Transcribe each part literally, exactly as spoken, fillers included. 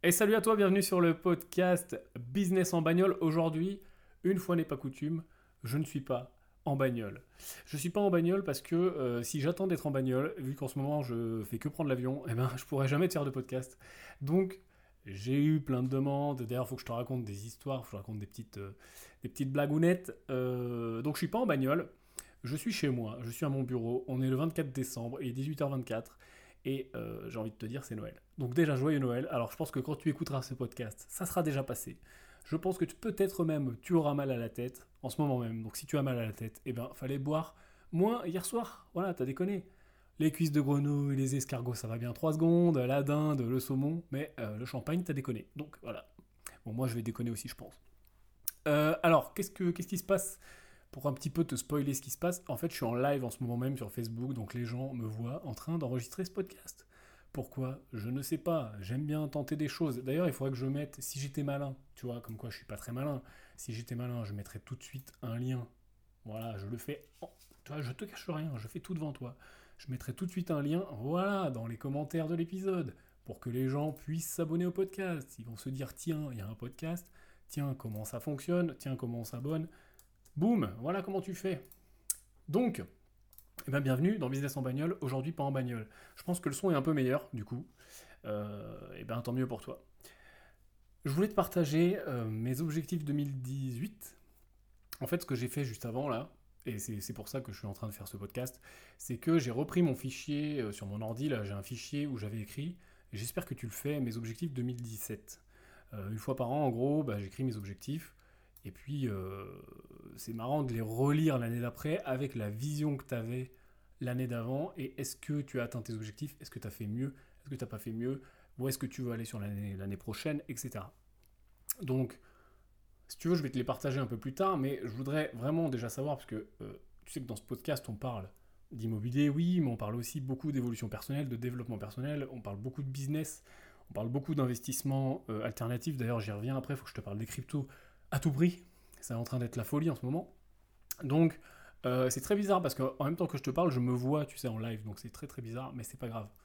Et salut à toi, bienvenue sur le podcast Business en bagnole. Aujourd'hui, une fois n'est pas coutume, je ne suis pas en bagnole. Je suis pas en bagnole parce que euh, si j'attends d'être en bagnole, vu qu'en ce moment je fais que prendre l'avion, eh ben je pourrais jamais te faire de podcast. Donc j'ai eu plein de demandes. D'ailleurs, il faut que je te raconte des histoires, faut que je te raconte des petites, euh, des petites blagounettes. Euh, donc je suis pas en bagnole. Je suis chez moi, je suis à mon bureau. On est le vingt-quatre décembre, il est dix-huit heures vingt-quatre. Et euh, j'ai envie de te dire, c'est Noël. Donc déjà, joyeux Noël. Alors je pense que quand tu écouteras ce podcast, ça sera déjà passé. Je pense que tu- peut-être même tu auras mal à la tête en ce moment même. Donc si tu as mal à la tête, eh bien, fallait boire moins hier soir. Voilà, t'as déconné. Les cuisses de grenouille, les escargots, ça va bien trois secondes. La dinde, le saumon, mais euh, le champagne, t'as déconné. Donc voilà. Bon, moi je vais déconner aussi, je pense. Euh, alors, qu'est-ce, que, qu'est-ce qui se passe pour un petit peu te spoiler ce qui se passe? En fait, je suis en live en ce moment même sur Facebook, donc les gens me voient en train d'enregistrer ce podcast. Pourquoi? Je ne sais pas. J'aime bien tenter des choses. D'ailleurs, il faudrait que je mette, si j'étais malin, tu vois, comme quoi je suis pas très malin, si j'étais malin, je mettrais tout de suite un lien. Voilà, je le fais. Oh, tu vois, je te cache rien, je fais tout devant toi. Je mettrai tout de suite un lien, voilà, dans les commentaires de l'épisode, pour que les gens puissent s'abonner au podcast. Ils vont se dire, tiens, il y a un podcast, tiens, comment ça fonctionne, tiens, comment on s'abonne. Boum, voilà comment tu fais. Donc, eh ben, bienvenue dans Business en bagnole, aujourd'hui pas en bagnole. Je pense que le son est un peu meilleur, du coup. Euh, et ben tant mieux pour toi. Je voulais te partager euh, mes objectifs deux mille dix-huit. En fait, ce que j'ai fait juste avant, là, et c'est c'est pour ça que je suis en train de faire ce podcast, c'est que j'ai repris mon fichier euh, sur mon ordi, là, j'ai un fichier où j'avais écrit, et j'espère que tu le fais, mes objectifs deux mille dix-sept. Euh, une fois par an, en gros, bah, j'écris mes objectifs, et puis euh, c'est marrant de les relire l'année d'après avec la vision que tu avais l'année d'avant, et est-ce que tu as atteint tes objectifs, est-ce que tu as fait mieux, est-ce que tu n'as pas fait mieux, où est-ce que tu veux aller sur l'année l'année prochaine, et cetera. Donc, si tu veux, je vais te les partager un peu plus tard, mais je voudrais vraiment déjà savoir, parce que euh, tu sais que dans ce podcast, on parle d'immobilier, oui, mais on parle aussi beaucoup d'évolution personnelle, de développement personnel, on parle beaucoup de business, on parle beaucoup d'investissement euh, alternatif. D'ailleurs, j'y reviens après, il faut que je te parle des cryptos à tout prix. C'est en train d'être la folie en ce moment. Donc, euh, c'est très bizarre parce qu'en même temps que je te parle, je me vois, tu sais, en live, donc c'est très très bizarre, mais c'est pas grave.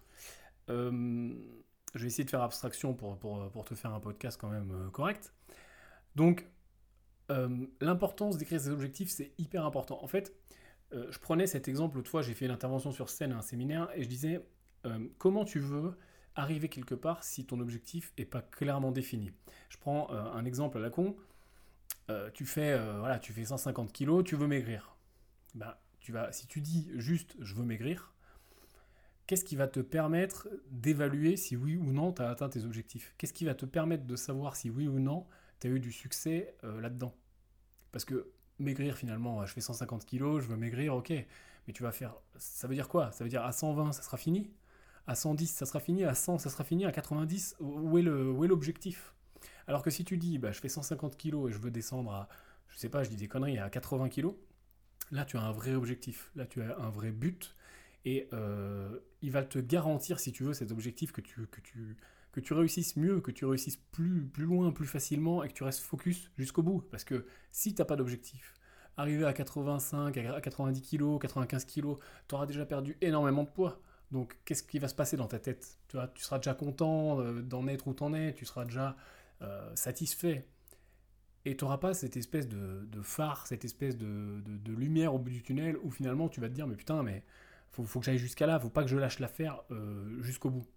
Euh, je vais essayer de faire abstraction pour, pour, pour te faire un podcast quand même euh, correct. Donc, euh, l'importance d'écrire ses objectifs, c'est hyper important. En fait, euh, je prenais cet exemple l'autre fois, j'ai fait une intervention sur scène à un séminaire et je disais euh, comment tu veux arriver quelque part si ton objectif n'est pas clairement défini. Je prends euh, un exemple à la con. Euh, tu fais euh, voilà, tu fais cent cinquante kilos, tu veux maigrir. Ben, tu vas, si tu dis juste je veux maigrir, qu'est-ce qui va te permettre d'évaluer si oui ou non tu as atteint tes objectifs? Qu'est-ce qui va te permettre de savoir si oui ou non tu as eu du succès euh, là-dedans? Parce que maigrir finalement, je fais cent cinquante kilos, je veux maigrir, ok. Mais tu vas faire. Ça veut dire quoi? Ça veut dire à cent vingt, ça sera fini? À cent dix, ça sera fini? À cent, ça sera fini? À quatre-vingt-dix, où est, le, où est l'objectif? Alors que si tu dis, bah, je fais cent cinquante kilos et je veux descendre à, je sais pas, je dis des conneries, à quatre-vingts kilos, là tu as un vrai objectif, là tu as un vrai but, et euh, il va te garantir, si tu veux, cet objectif que tu, que tu, que tu réussisses mieux, que tu réussisses plus, plus loin, plus facilement, et que tu restes focus jusqu'au bout. Parce que si tu n'as pas d'objectif, arriver à quatre-vingt-cinq, à quatre-vingt-dix kilos, quatre-vingt-quinze kilos, tu auras déjà perdu énormément de poids. Donc qu'est-ce qui va se passer dans ta tête? Tu vois, tu seras déjà content euh, d'en être où tu en es, tu seras déjà euh, satisfait. Et tu n'auras pas cette espèce de, de phare, cette espèce de, de, de lumière au bout du tunnel où finalement tu vas te dire mais putain mais faut, faut que j'aille jusqu'à là, faut pas que je lâche l'affaire euh, jusqu'au bout.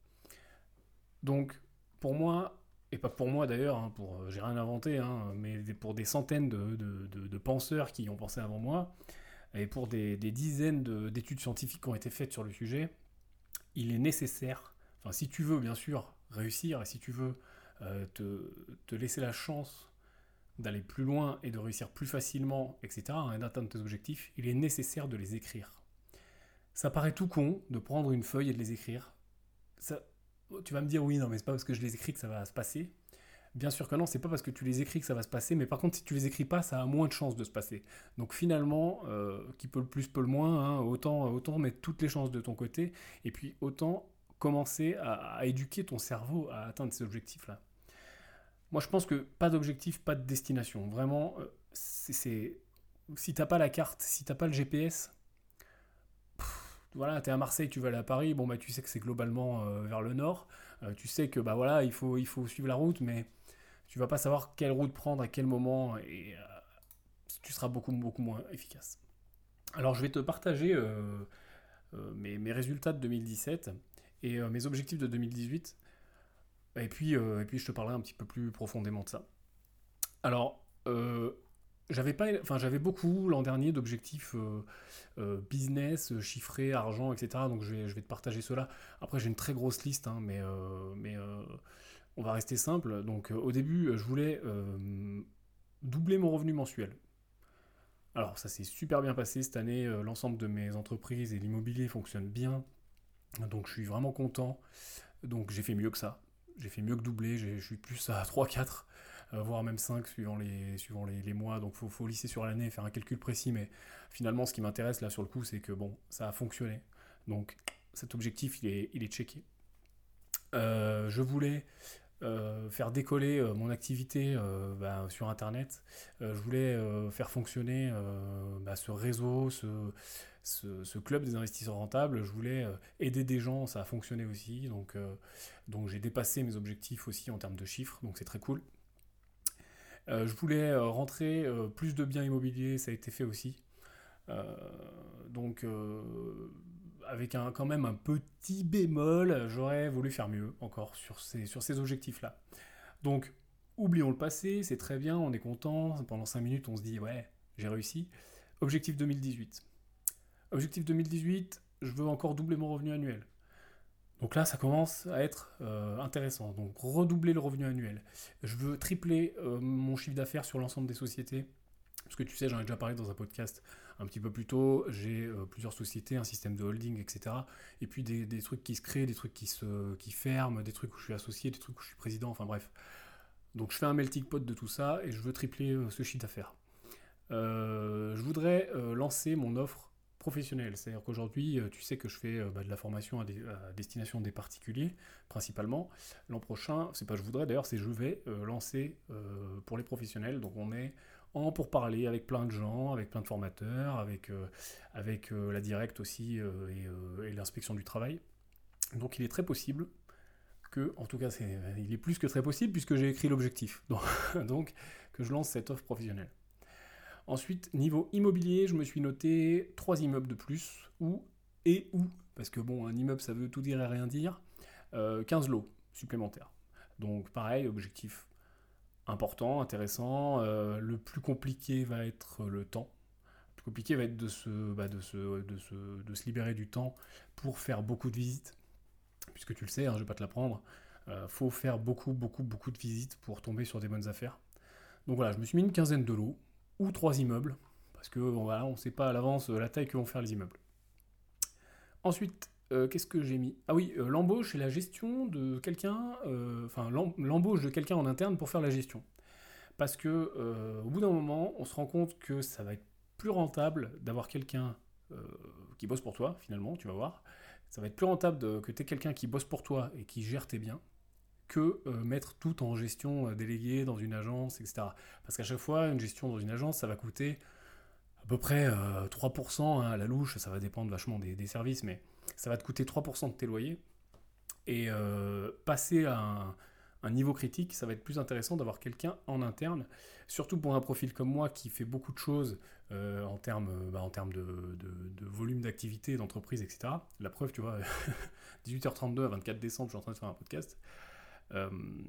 Donc pour moi, et pas pour moi d'ailleurs, hein, pour, euh, j'ai rien inventé, hein, mais pour des centaines de, de, de- de penseurs qui y ont pensé avant moi, et pour des, des dizaines de- d'études scientifiques qui ont été faites sur le sujet, il est nécessaire, enfin si tu veux bien sûr réussir, et si tu veux euh, te, te laisser la chance d'aller plus loin et de réussir plus facilement, et cetera, hein, et d'atteindre tes objectifs, il est nécessaire de les écrire. Ça paraît tout con de prendre une feuille et de les écrire. Ça, tu vas me dire oui, non, mais c'est pas parce que je les écris que ça va se passer. Bien sûr que non, c'est pas parce que tu les écris que ça va se passer, mais par contre, si tu les écris pas, ça a moins de chances de se passer. Donc finalement, euh, qui peut le plus, peut le moins, hein, autant, autant mettre toutes les chances de ton côté, et puis autant commencer à, à éduquer ton cerveau à atteindre ces objectifs-là. Moi, je pense que pas d'objectif, pas de destination. Vraiment, euh, c'est, c'est- si t'as pas la carte, si t'as pas le G P S, voilà, t'es à Marseille, tu vas aller à Paris, bon bah tu sais que c'est globalement euh, vers le nord. Euh, tu sais que bah voilà, il faut, il faut suivre la route, mais tu vas pas savoir quelle route prendre à quel moment et euh, tu seras beaucoup, beaucoup moins efficace. Alors je vais te partager euh, euh, mes, mes résultats de deux mille dix-sept et euh, mes objectifs de deux mille dix-huit. Et puis, euh, et puis je te parlerai un petit peu plus profondément de ça. Alors, euh, j'avais pas, enfin, j'avais beaucoup l'an dernier d'objectifs euh, euh, business, euh, chiffrés, argent, et cetera. Donc je vais, je vais te partager cela. Après, j'ai une très grosse liste, hein, mais, euh, mais euh, on va rester simple. Donc euh, au début, je voulais euh, doubler mon revenu mensuel. Alors ça s'est super bien passé cette année. Euh, l'ensemble de mes entreprises et l'immobilier fonctionnent bien. Donc je suis vraiment content. Donc j'ai fait mieux que ça. J'ai fait mieux que doubler, j'ai- je suis plus à trois, quatre, euh, voire même cinq suivant les, suivant les, les mois. Donc il faut, faut lisser sur l'année et faire un calcul précis. Mais finalement, ce qui m'intéresse là sur le coup, c'est que bon, ça a fonctionné. Donc cet objectif, il est, il est checké. Euh, je voulais euh, faire décoller euh, mon activité euh, bah, sur Internet. Euh, je voulais euh, faire fonctionner euh, bah, ce réseau, ce, ce, ce club des investisseurs rentables. Je voulais euh, aider des gens, ça a fonctionné aussi. Donc, euh, donc j'ai dépassé mes objectifs aussi en termes de chiffres, donc c'est très cool. Euh, je voulais euh, rentrer euh, plus de biens immobiliers, ça a été fait aussi. Euh, donc euh, avec un, quand même un petit bémol, j'aurais voulu faire mieux encore sur ces, sur ces objectifs-là. Donc, oublions le passé, c'est très bien, on est content. Pendant cinq minutes, on se dit, ouais, j'ai réussi. Objectif deux mille dix-huit. Objectif deux mille dix-huit, je veux encore doubler mon revenu annuel. Donc là, ça commence à être euh, intéressant. Donc, redoubler le revenu annuel. Je veux tripler euh, mon chiffre d'affaires sur l'ensemble des sociétés. Parce que tu sais, j'en ai déjà parlé dans un podcast un petit peu plus tôt. J'ai euh, plusieurs sociétés, un système de holding, et cetera. Et puis des, des trucs qui se créent, des trucs qui, se, qui ferment, des trucs où je suis associé, des trucs où je suis président, enfin bref. Donc je fais un melting pot de tout ça et je veux tripler euh, ce chiffre d'affaires. Euh, je voudrais euh, lancer mon offre professionnelle. C'est-à-dire qu'aujourd'hui, euh, tu sais que je fais euh, bah, de la formation à, des- à destination des particuliers, principalement. L'an prochain, c'est pas je voudrais d'ailleurs, c'est je vais euh, lancer euh, pour les professionnels. Donc on est en pourparlers avec plein de gens, avec plein de formateurs, avec, euh, avec euh, la directe aussi euh, et, euh, et l'inspection du travail. Donc il est très possible que, en tout cas, c'est, il est plus que très possible puisque j'ai écrit l'objectif. Donc, donc, que je lance cette offre professionnelle. Ensuite, niveau immobilier, je me suis noté trois immeubles de plus, ou et ou, parce que bon, un immeuble ça veut tout dire et rien dire, euh, quinze lots supplémentaires. Donc pareil, objectif important, intéressant. Euh, le plus compliqué va être le temps. Le plus compliqué va être de se, bah, de, se, de, se, de se libérer du temps pour faire beaucoup de visites, puisque tu le sais, hein, je ne vais pas te l'apprendre. Il euh, faut faire beaucoup, beaucoup, beaucoup de visites pour tomber sur des bonnes affaires. Donc voilà, je me suis mis une quinzaine de lots, ou trois immeubles, parce que bon, voilà, on ne sait pas à l'avance la taille que vont faire les immeubles. Ensuite, euh, qu'est-ce que j'ai mis? Ah oui, euh, l'embauche et la gestion de quelqu'un, euh, enfin l'embauche de quelqu'un en interne pour faire la gestion. Parce que euh, au bout d'un moment, on se rend compte que ça va être plus rentable d'avoir quelqu'un euh, qui bosse pour toi, finalement, tu vas voir. Ça va être plus rentable de, que tu aies quelqu'un qui bosse pour toi et qui gère tes biens que euh, mettre tout en gestion euh, déléguée dans une agence, et cetera. Parce qu'à chaque fois, une gestion dans une agence, ça va coûter à peu près euh, trois pour cent hein, à la louche, ça va dépendre vachement des, des services, mais ça va te coûter trois pour cent de tes loyers. Et euh, passer à un, un niveau critique, ça va être plus intéressant d'avoir quelqu'un en interne, surtout pour un profil comme moi qui fait beaucoup de choses euh, en termes bah, en termes de, de, de volume d'activité, d'entreprise, et cetera. La preuve, tu vois, dix-huit heures trente-deux à vingt-quatre décembre, je suis en train de faire un podcast. Euh,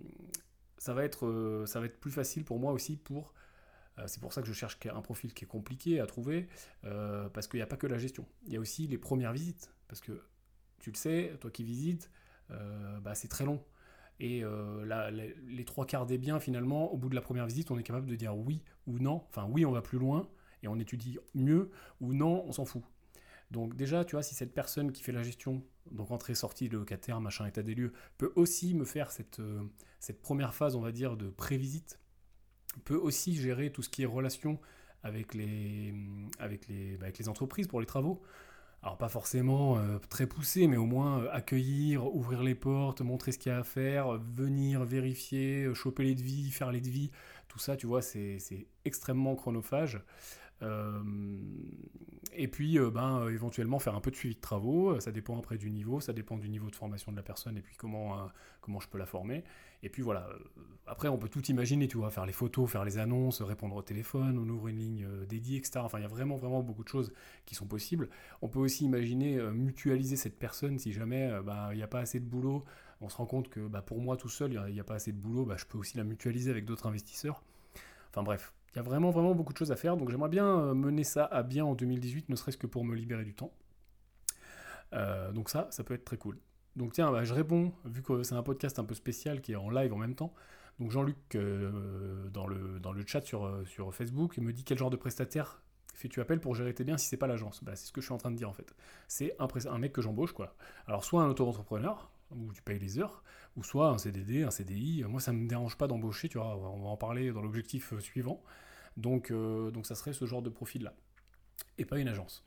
ça, va être, euh, ça va être plus facile pour moi aussi pour... euh, c'est pour ça que je cherche un profil qui est compliqué à trouver, euh, parce qu'il n'y a pas que la gestion. Il y a aussi les premières visites, parce que tu le sais, toi qui visites, euh, bah, c'est très long. Et euh, la- les, les trois quarts des biens, finalement, au bout de la première visite, on est capable de dire oui ou non. Enfin, oui, on va plus loin et on étudie mieux, ou non, on s'en fout. Donc déjà, tu vois, si cette personne qui fait la gestion, donc entrée, sortie, locataire, machin, état des lieux, peut aussi me faire cette, euh, cette première phase, on va dire, de pré-visite, peut aussi gérer tout ce qui est relation avec les, avec les, bah, avec les entreprises pour les travaux. Alors pas forcément euh, très poussé, mais au moins euh, accueillir, ouvrir les portes, montrer ce qu'il y a à faire, euh, venir vérifier, euh, choper les devis, faire les devis, tout ça, tu vois, c'est, c'est extrêmement chronophage. Euh, et puis, euh, ben, euh, éventuellement, faire un peu de suivi de travaux. Ça dépend après du niveau, ça dépend du niveau de formation de la personne et puis comment, euh, comment je peux la former. Et puis voilà, euh, après, on peut tout imaginer, tu vois, faire les photos, faire les annonces, répondre au téléphone, on ouvre une ligne euh, dédiée, et cetera. Enfin, il y a vraiment, vraiment beaucoup de choses qui sont possibles. On peut aussi imaginer euh, mutualiser cette personne si jamais euh, bah, il n'y a pas assez de boulot. On se rend compte que bah, pour moi tout seul, il n'y a, a pas assez de boulot, bah, je peux aussi la mutualiser avec d'autres investisseurs. Enfin bref, il y a vraiment, vraiment beaucoup de choses à faire. Donc j'aimerais bien euh, mener ça à bien en deux mille dix-huit, ne serait-ce que pour me libérer du temps. Euh, donc ça, ça peut être très cool. Donc tiens, bah, je réponds, vu que c'est un podcast un peu spécial qui est en live en même temps. Donc Jean-Luc, euh, dans, le, dans le chat sur, euh, sur Facebook, me dit quel genre de prestataire fais-tu appel pour gérer tes biens si c'est pas l'agence. Bah, c'est ce que je suis en train de dire en fait. C'est un, un mec que j'embauche, quoi. Alors soit un auto-entrepreneur, où tu payes les heures, ou soit un C D D, un C D I. Moi, ça ne me dérange pas d'embaucher, tu vois, on va en parler dans l'objectif suivant. Donc, euh, donc ça serait ce genre de profil-là, et pas une agence.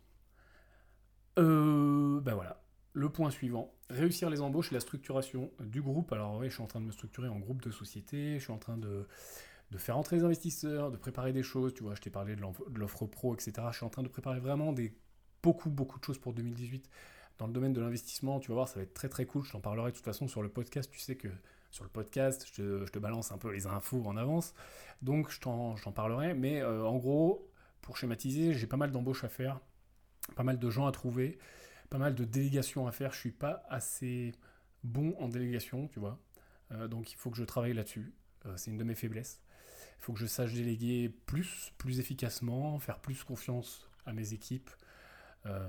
Euh, ben voilà. Le point suivant, réussir les embauches et la structuration du groupe. Alors oui, je suis en train de me structurer en groupe de société, je suis en train de, de faire entrer les investisseurs, de préparer des choses, tu vois, je t'ai parlé de l'offre pro, et cetera. Je suis en train de préparer vraiment des, beaucoup, beaucoup de choses pour deux mille dix-huit. Dans le domaine de l'investissement, tu vas voir, ça va être très très cool, je t'en parlerai de toute façon sur le podcast, tu sais que sur le podcast, je te, je te balance un peu les infos en avance, donc je t'en, je t'en parlerai, mais euh, en gros, pour schématiser, j'ai pas mal d'embauches à faire, pas mal de gens à trouver, pas mal de délégations à faire. Je suis pas assez bon en délégation, tu vois. Euh, donc il faut que je travaille là-dessus. Euh, c'est une de mes faiblesses. Il faut que je sache déléguer plus, plus efficacement, faire plus confiance à mes équipes. Euh,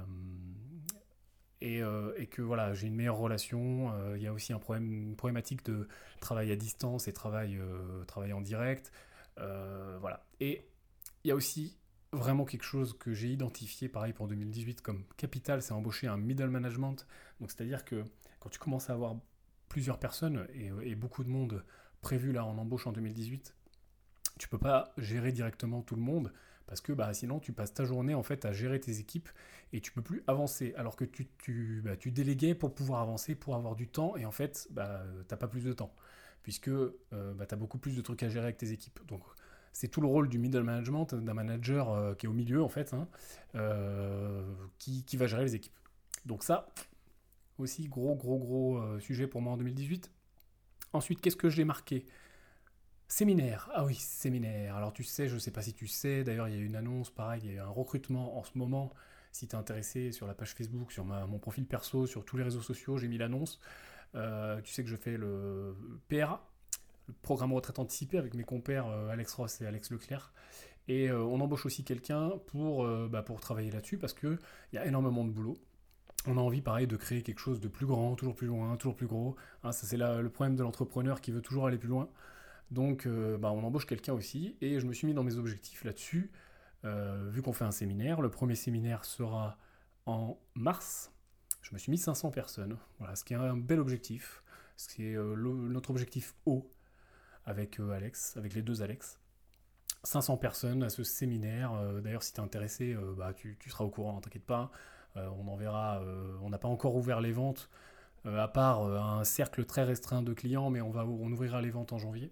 et, euh, et que voilà, j'ai une meilleure relation. Euh, Il y a aussi un problème, une problématique de travail à distance et travail, euh, travail en direct. Euh, voilà. Et il y a aussi vraiment quelque chose que j'ai identifié, pareil pour deux mille dix-huit, comme capital, c'est embaucher un middle management. Donc c'est-à-dire que quand tu commences à avoir plusieurs personnes et, et beaucoup de monde prévu là en embauche en deux mille dix-huit, tu peux pas gérer directement tout le monde parce que bah, sinon tu passes ta journée en fait à gérer tes équipes et tu peux plus avancer alors que tu, tu, bah, tu déléguais pour pouvoir avancer, pour avoir du temps et en fait bah, t'as pas plus de temps puisque euh, bah, tu as beaucoup plus de trucs à gérer avec tes équipes. Donc c'est tout le rôle du middle management, d'un manager euh, qui est au milieu en fait, hein, euh, qui, qui va gérer les équipes. Donc ça, aussi gros gros gros euh, sujet pour moi en deux mille dix-huit. Ensuite, qu'est-ce que j'ai marqué? Séminaire. Ah oui, séminaire. Alors tu sais, je ne sais pas si tu sais, d'ailleurs il y a une annonce, pareil, il y a un recrutement en ce moment. Si tu es intéressé sur la page Facebook, sur ma, mon profil perso, sur tous les réseaux sociaux, j'ai mis l'annonce. Euh, tu sais que je fais le P R A, le programme retraite anticipée avec mes compères euh, Alex Ross et Alex Leclerc. Et euh, on embauche aussi quelqu'un pour, euh, bah, pour travailler là-dessus parce qu'il y a énormément de boulot. On a envie, pareil, de créer quelque chose de plus grand, toujours plus loin, toujours plus gros. Hein, ça, c'est la, le problème de l'entrepreneur qui veut toujours aller plus loin. Donc, euh, bah, on embauche quelqu'un aussi. Et je me suis mis dans mes objectifs là-dessus, euh, vu qu'on fait un séminaire. Le premier séminaire sera en mars. Je me suis mis cinq cents personnes. Voilà, ce qui est un bel objectif. C'est euh, le, notre objectif haut avec euh, Alex, avec les deux Alex. cinq cents personnes à ce séminaire. Euh, d'ailleurs, si tu es intéressé, euh, bah, tu, tu seras au courant, ne t'inquiète pas. Euh, on enverra. Euh, on n'a pas encore ouvert les ventes, euh, à part euh, un cercle très restreint de clients, mais on, va, on ouvrira les ventes en janvier.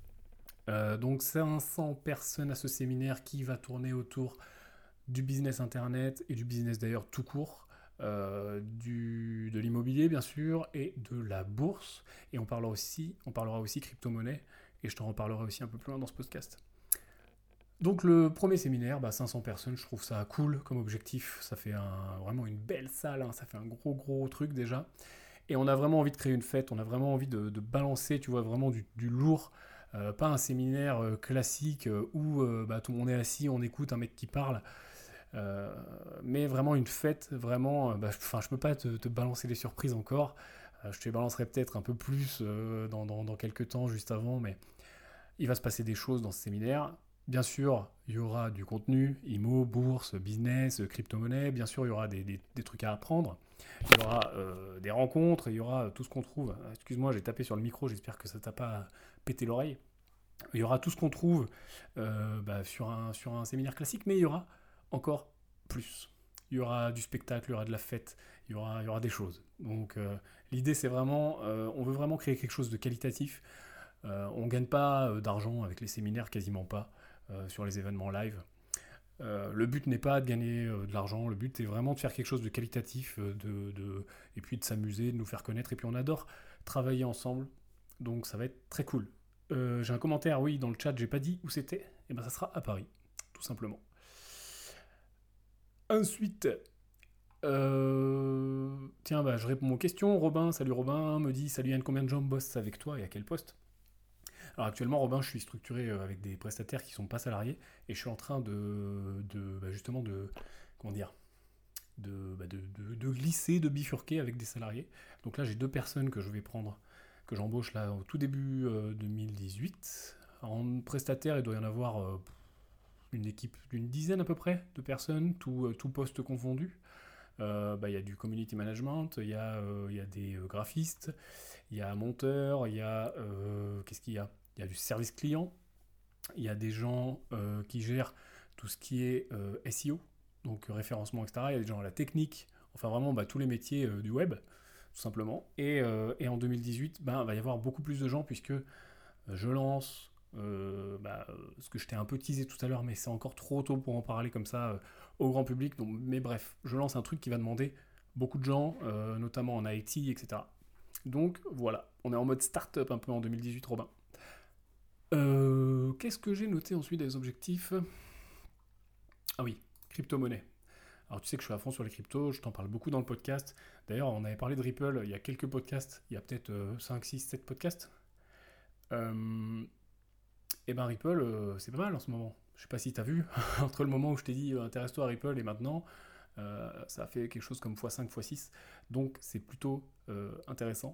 Euh, donc cinq cents personnes à ce séminaire qui va tourner autour du business internet et du business d'ailleurs tout court, euh, du, de l'immobilier bien sûr et de la bourse. Et on parlera aussi, on parlera aussi crypto-monnaie et je t'en reparlerai aussi un peu plus loin dans ce podcast. Donc le premier séminaire, bah, cinq cents personnes, je trouve ça cool comme objectif. Ça fait un, vraiment une belle salle, hein, ça fait un gros gros truc déjà. Et on a vraiment envie de créer une fête, on a vraiment envie de, de balancer, tu vois, vraiment du, du lourd. Euh, pas un séminaire euh, classique euh, où euh, bah, tout le monde est assis, on écoute un mec qui parle. Euh, mais vraiment une fête, vraiment. Bah, enfin, je peux pas te, te balancer les surprises encore. Euh, je te les balancerai peut-être un peu plus euh, dans, dans, dans quelques temps, juste avant, mais il va se passer des choses dans ce séminaire. Bien sûr, il y aura du contenu, immo, bourse, business, crypto-monnaie. Bien sûr, il y aura des, des, des trucs à apprendre. Il y aura euh, des rencontres, il y aura tout ce qu'on trouve. Excuse-moi, j'ai tapé sur le micro, j'espère que ça t'a pas pété l'oreille. Il y aura tout ce qu'on trouve euh, bah, sur, un, sur un séminaire classique, mais il y aura encore plus. Il y aura du spectacle, il y aura de la fête, il y aura, il y aura des choses. Donc euh, l'idée c'est vraiment, euh, on veut vraiment créer quelque chose de qualitatif. Euh, on ne gagne pas euh, d'argent avec les séminaires, quasiment pas, euh, sur les événements live. Euh, le but n'est pas de gagner euh, de l'argent, le but est vraiment de faire quelque chose de qualitatif, euh, de, de- et puis de s'amuser, de nous faire connaître. Et puis on adore travailler ensemble, donc ça va être très cool. Euh, j'ai un commentaire, oui, dans le chat, j'ai pas dit où c'était, et ben ça sera à Paris, tout simplement. Ensuite, euh, tiens, bah, je réponds aux questions. Robin, salut Robin, me dit salut Yann, combien de gens bossent avec toi et à quel poste? Alors actuellement, Robin, je suis structuré euh, avec des prestataires qui sont pas salariés et je suis en train de, de bah, justement de comment dire de, bah, de, de- de glisser, de bifurquer avec des salariés. Donc là, j'ai deux personnes que je vais prendre, que j'embauche là au tout début euh, deux mille dix-huit. En prestataire, il doit y en avoir euh, une équipe d'une dizaine à peu près de personnes, tout, euh, tout poste confondu. Euh, bah, il y a du community management, il y, a, euh, il y a des euh, graphistes, il y a un monteur, il y a euh, qu'est-ce qu'il y a? Il y a du service client, il y a des gens euh, qui gèrent tout ce qui est euh, S E O, donc euh, référencement, et cetera. Il y a des gens à la technique, enfin vraiment bah, tous les métiers euh, du web, tout simplement. Et, euh, et en deux mille dix-huit, bah, il va y avoir beaucoup plus de gens puisque euh, je lance euh, bah, euh, ce que je t'ai un peu teasé tout à l'heure, mais c'est encore trop tôt pour en parler comme ça euh, au grand public. Donc, mais bref, je lance un truc qui va demander beaucoup de gens, euh, notamment en I T, et cetera. Donc voilà, on est en mode start-up un peu en deux mille dix-huit, Robin. Euh, Qu'est-ce que j'ai noté ensuite des objectifs? Ah oui, crypto-monnaie. Alors tu sais que je suis à fond sur les cryptos, je t'en parle beaucoup dans le podcast. D'ailleurs, on avait parlé de Ripple il y a quelques podcasts, il y a peut-être euh, cinq, six, sept podcasts. Euh, et ben Ripple, euh, c'est pas mal en ce moment. Je sais pas si t'as vu, entre le moment où je t'ai dit euh, intéresse-toi à Ripple et maintenant, euh, ça a fait quelque chose comme x cinq, x six. Donc c'est plutôt euh, intéressant.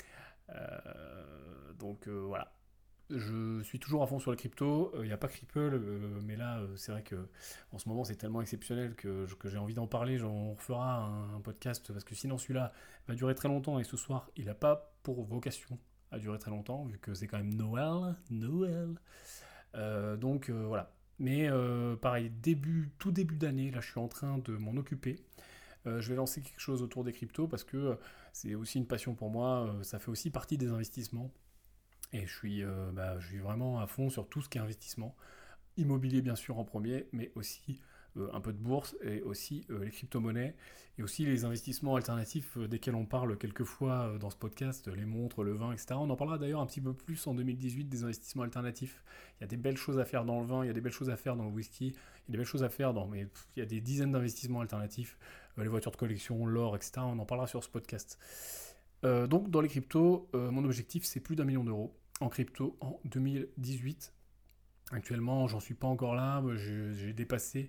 Euh, donc euh, voilà. Je suis toujours à fond sur les cryptos. Il n'y a pas que Ripple, euh, mais là, euh, c'est vrai que en ce moment, c'est tellement exceptionnel que, que j'ai envie d'en parler. On refera un, un podcast parce que sinon, celui-là va durer très longtemps. Et ce soir, il n'a pas pour vocation à durer très longtemps, vu que c'est quand même Noël. Noël. Euh, donc euh, voilà. Mais euh, pareil, début, tout début d'année, là, je suis en train de m'en occuper. Euh, je vais lancer quelque chose autour des cryptos parce que euh, c'est aussi une passion pour moi. Euh, ça fait aussi partie des investissements. Et je suis, euh, bah, je suis vraiment à fond sur tout ce qui est investissement. Immobilier bien sûr en premier, mais aussi euh, un peu de bourse et aussi euh, les crypto-monnaies et aussi les investissements alternatifs euh, desquels on parle quelquefois euh, dans ce podcast, les montres, le vin, et cetera. On en parlera d'ailleurs un petit peu plus en deux mille dix-huit des investissements alternatifs. Il y a des belles choses à faire dans le vin, il y a des belles choses à faire dans le whisky, il y a des belles choses à faire dans... Mais pff, il y a des dizaines d'investissements alternatifs, euh, les voitures de collection, l'or, et cetera. On en parlera sur ce podcast. Euh, donc dans les cryptos, euh, mon objectif c'est plus d'un million d'euros en crypto en deux mille dix-huit. Actuellement, j'en suis pas encore là. J'ai j'ai dépassé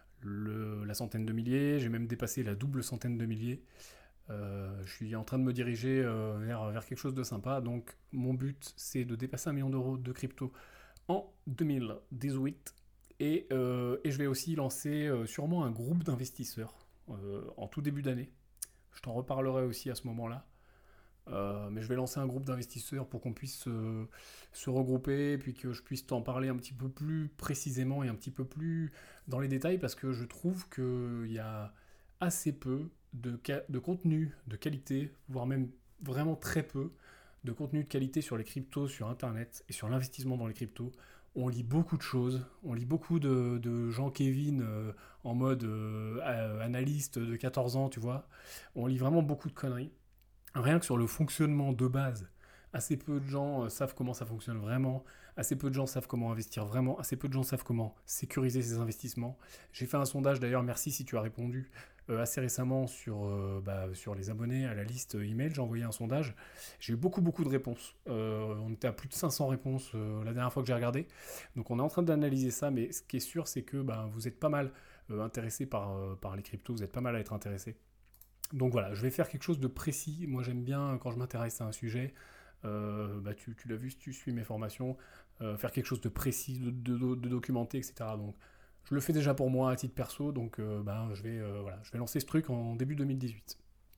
le- la centaine de milliers. J'ai même dépassé la double centaine de milliers. Euh, je suis en train de me diriger euh, vers, vers quelque chose de sympa. Donc, mon but, c'est de dépasser un million d'euros de crypto en deux mille dix-huit. Et, euh, et je vais aussi lancer euh, sûrement un groupe d'investisseurs euh, en tout début d'année. Je t'en reparlerai aussi à ce moment-là. Euh, mais je vais lancer un groupe d'investisseurs pour qu'on puisse euh, se regrouper, puis que je puisse t'en parler un petit peu plus précisément et un petit peu plus dans les détails, parce que je trouve qu'il y a assez peu de, de contenu de qualité, voire même vraiment très peu de contenu de qualité sur les cryptos, sur Internet et sur l'investissement dans les cryptos. On lit beaucoup de choses, on lit beaucoup de, de Jean Kevin euh, en mode euh, analyste de quatorze ans, tu vois. On lit vraiment beaucoup de conneries. Rien que sur le fonctionnement de base, assez peu de gens euh, savent comment ça fonctionne vraiment, assez peu de gens savent comment investir vraiment, assez peu de gens savent comment sécuriser ses investissements. J'ai fait un sondage d'ailleurs, merci si tu as répondu euh, assez récemment sur, euh, bah, sur les abonnés à la liste email, j'ai envoyé un sondage, j'ai eu beaucoup beaucoup de réponses. Euh, on était à plus de cinq cents réponses euh, la dernière fois que j'ai regardé, donc on est en train d'analyser ça, mais ce qui est sûr c'est que bah, vous êtes pas mal euh, intéressé par, euh, par les cryptos, vous êtes pas mal à être intéressé. Donc voilà, je vais faire quelque chose de précis. Moi j'aime bien quand je m'intéresse à un sujet, euh, bah, tu, tu l'as vu si tu suis mes formations, euh, faire quelque chose de précis, de, de- de documenté, et cetera. Donc je le fais déjà pour moi à titre perso, donc euh, bah, je, vais, euh, voilà, je vais lancer ce truc en début deux mille dix-huit.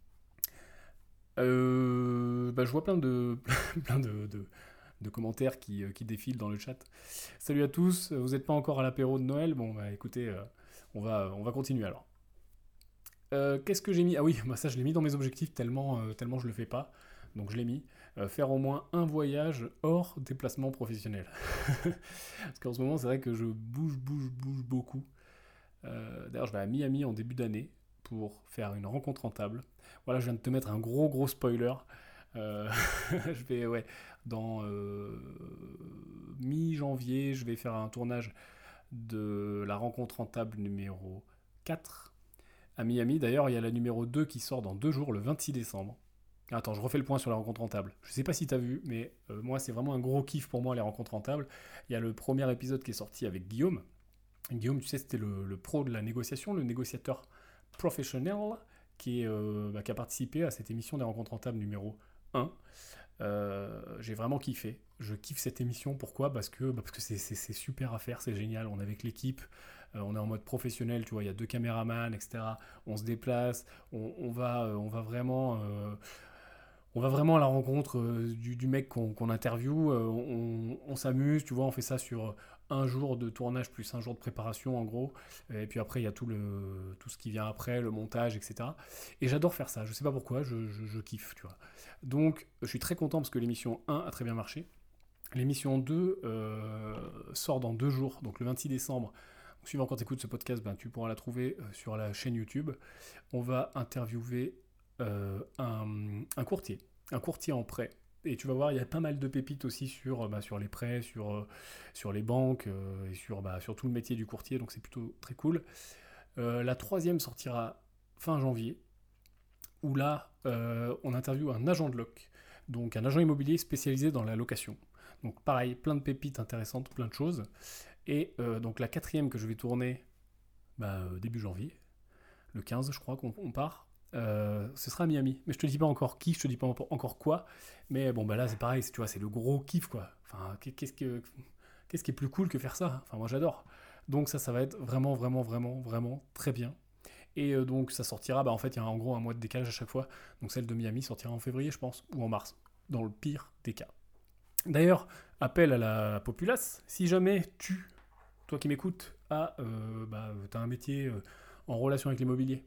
Euh, bah, je vois plein de, plein de, de- de commentaires qui, euh, qui défilent dans le chat. Salut à tous, vous n'êtes pas encore à l'apéro de Noël? Bon bah écoutez, euh, on va, on va continuer alors. Euh, Qu'est-ce que j'ai mis? Ah oui, bah ça je l'ai mis dans mes objectifs tellement, euh, tellement je le fais pas. Donc je l'ai mis. Euh, faire au moins un voyage hors déplacement professionnel. Parce qu'en ce moment c'est vrai que je bouge, bouge, bouge beaucoup. Euh, d'ailleurs, je vais à Miami en début d'année pour faire une rencontre rentable. Voilà, je viens de te mettre un gros gros spoiler. Euh, je vais, ouais, dans euh, mi-janvier, je vais faire un tournage de la rencontre rentable numéro quatre à Miami. D'ailleurs, il y a la numéro deux qui sort dans deux jours, le vingt-six décembre. Attends, je refais le point sur la rencontre rentable. Je sais pas si tu as vu, mais euh, moi, c'est vraiment un gros kiff pour moi, les rencontres rentables. Il y a le premier épisode qui est sorti avec Guillaume. Guillaume, tu sais, c'était le, le pro de la négociation, le négociateur professionnel qui, est, euh, bah, qui a participé à cette émission des rencontres rentables numéro un. Euh, j'ai vraiment kiffé. Je kiffe cette émission. Pourquoi? Parce que bah, parce que c'est, c'est, c'est super à faire, c'est génial. On est avec l'équipe, euh, on est en mode professionnel, tu vois, il y a deux caméramans, et cetera. On se déplace, on, on va, euh, on va vraiment... euh, on va vraiment à la rencontre euh, du, du mec qu'on qu'on interviewe, euh, on, on s'amuse, tu vois, on fait ça sur un jour de tournage plus un jour de préparation en gros, et puis après il y a tout, le, tout ce qui vient après, le montage, et cetera. Et j'adore faire ça, je sais pas pourquoi, je, je, je kiffe, tu vois. Donc je suis très content parce que l'émission un a très bien marché. L'émission deux euh, sort dans deux jours, donc le vingt-six décembre. Donc, suivant quand tu écoutes ce podcast, ben, tu pourras la trouver euh, sur la chaîne YouTube. On va interviewer euh, un, un courtier, un courtier en prêt. Et tu vas voir, il y a pas mal de pépites aussi sur, bah, sur les prêts, sur, euh, sur les banques euh, et sur, bah, sur tout le métier du courtier, donc c'est plutôt très cool. Euh, la troisième sortira fin janvier, où là, euh, on interviewe un agent de loc, donc un agent immobilier spécialisé dans la location. Donc pareil, plein de pépites intéressantes, plein de choses. Et euh, donc la quatrième que je vais tourner bah, euh, début janvier, le quinze je crois qu'on on part, euh, ce sera à Miami. Mais je te dis pas encore qui, je te dis pas encore quoi. Mais bon, bah là c'est pareil, tu vois, c'est le gros kiff quoi. Enfin, qu'est-ce que, qu'est-ce qui est plus cool que faire ça? Enfin, moi j'adore. Donc ça, ça va être vraiment, vraiment, vraiment, vraiment très bien. Et euh, donc ça sortira, bah en fait il y a en gros un mois de décalage à chaque fois. Donc celle de Miami sortira en février je pense, ou en mars, dans le pire des cas. D'ailleurs, appel à la populace, si jamais tu, toi qui m'écoutes, as, euh, bah, as un métier euh, en relation avec l'immobilier,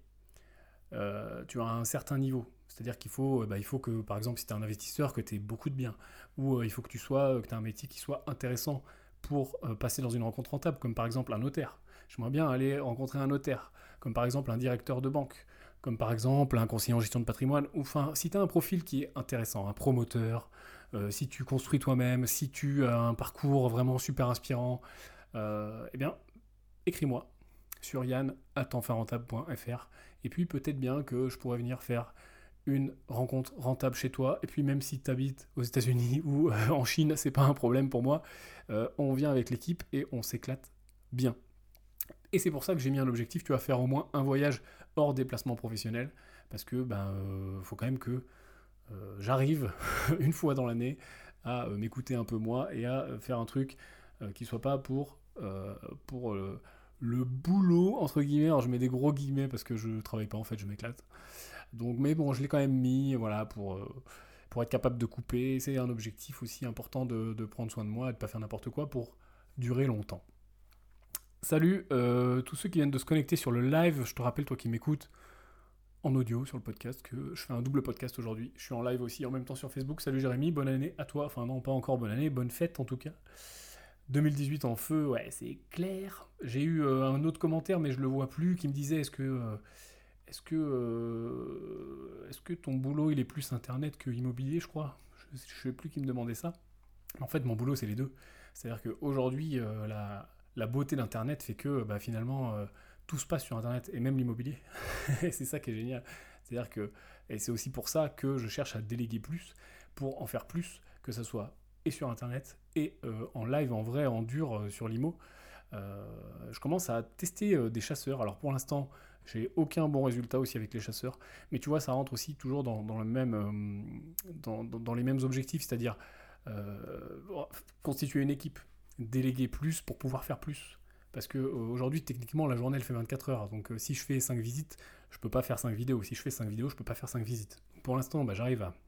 euh, tu as un certain niveau. C'est-à-dire qu'il faut, euh, bah, il faut que, par exemple, si tu es un investisseur, que tu aies beaucoup de biens, ou euh, il faut que tu sois, que tu aies un métier qui soit intéressant pour euh, passer dans une rencontre rentable, comme par exemple un notaire. J'aimerais bien aller rencontrer un notaire, comme par exemple un directeur de banque, comme par exemple un conseiller en gestion de patrimoine, ou enfin, si tu as un profil qui est intéressant, un promoteur, euh, si tu construis toi-même, si tu as un parcours vraiment super inspirant, euh, eh bien, écris-moi sur yann arobase enfin rentable point f r et puis peut-être bien que je pourrais venir faire une rencontre rentable chez toi, et puis même si tu habites aux États-Unis ou euh, en Chine, c'est pas un problème pour moi, euh, on vient avec l'équipe et on s'éclate bien. Et c'est pour ça que j'ai mis un objectif, tu vas faire au moins un voyage hors déplacement professionnel, parce que ben euh, faut quand même que euh, j'arrive une fois dans l'année à euh, m'écouter un peu moi et à euh, faire un truc euh, qui soit pas pour, euh, pour euh, le boulot, entre guillemets. Alors je mets des gros guillemets parce que je travaille pas en fait, je m'éclate. Donc, mais bon, je l'ai quand même mis, voilà, pour, euh, pour être capable de couper. C'est un objectif aussi important de, de prendre soin de moi et de pas faire n'importe quoi pour durer longtemps. Salut, euh, tous ceux qui viennent de se connecter sur le live, je te rappelle, toi qui m'écoutes en audio sur le podcast, que je fais un double podcast aujourd'hui. Je suis en live aussi en même temps sur Facebook. Salut Jérémy, bonne année à toi. Enfin non, pas encore bonne année, bonne fête en tout cas. deux mille dix-huit en feu, ouais, c'est clair. J'ai eu euh, un autre commentaire, mais je le vois plus, qui me disait est-ce que, euh, est-ce que, euh, est-ce que ton boulot il est plus internet que immobilier, je crois. Je, je sais plus qui me demandait ça. En fait, mon boulot c'est les deux. C'est-à-dire qu'aujourd'hui, euh, la, la beauté d'internet fait que bah, finalement euh, tout se passe sur internet et même l'immobilier. Et c'est ça qui est génial. C'est-à-dire que, et c'est aussi pour ça que je cherche à déléguer plus, pour en faire plus, que ce soit et sur internet et euh, en live, en vrai, en dur euh, sur l'I M O. Euh, je commence à tester euh, des chasseurs. Alors pour l'instant, j'ai aucun bon résultat aussi avec les chasseurs, mais tu vois, ça rentre aussi toujours dans, dans, le même, euh, dans, dans, dans les mêmes objectifs, c'est-à-dire euh, constituer une équipe, déléguer plus pour pouvoir faire plus. Parce qu'aujourd'hui, techniquement, la journée, elle fait vingt-quatre heures. Donc euh, si je fais cinq visites, je peux pas faire cinq vidéos. Si je fais cinq vidéos, je peux pas faire cinq visites. Donc, pour l'instant, bah, j'arrive à,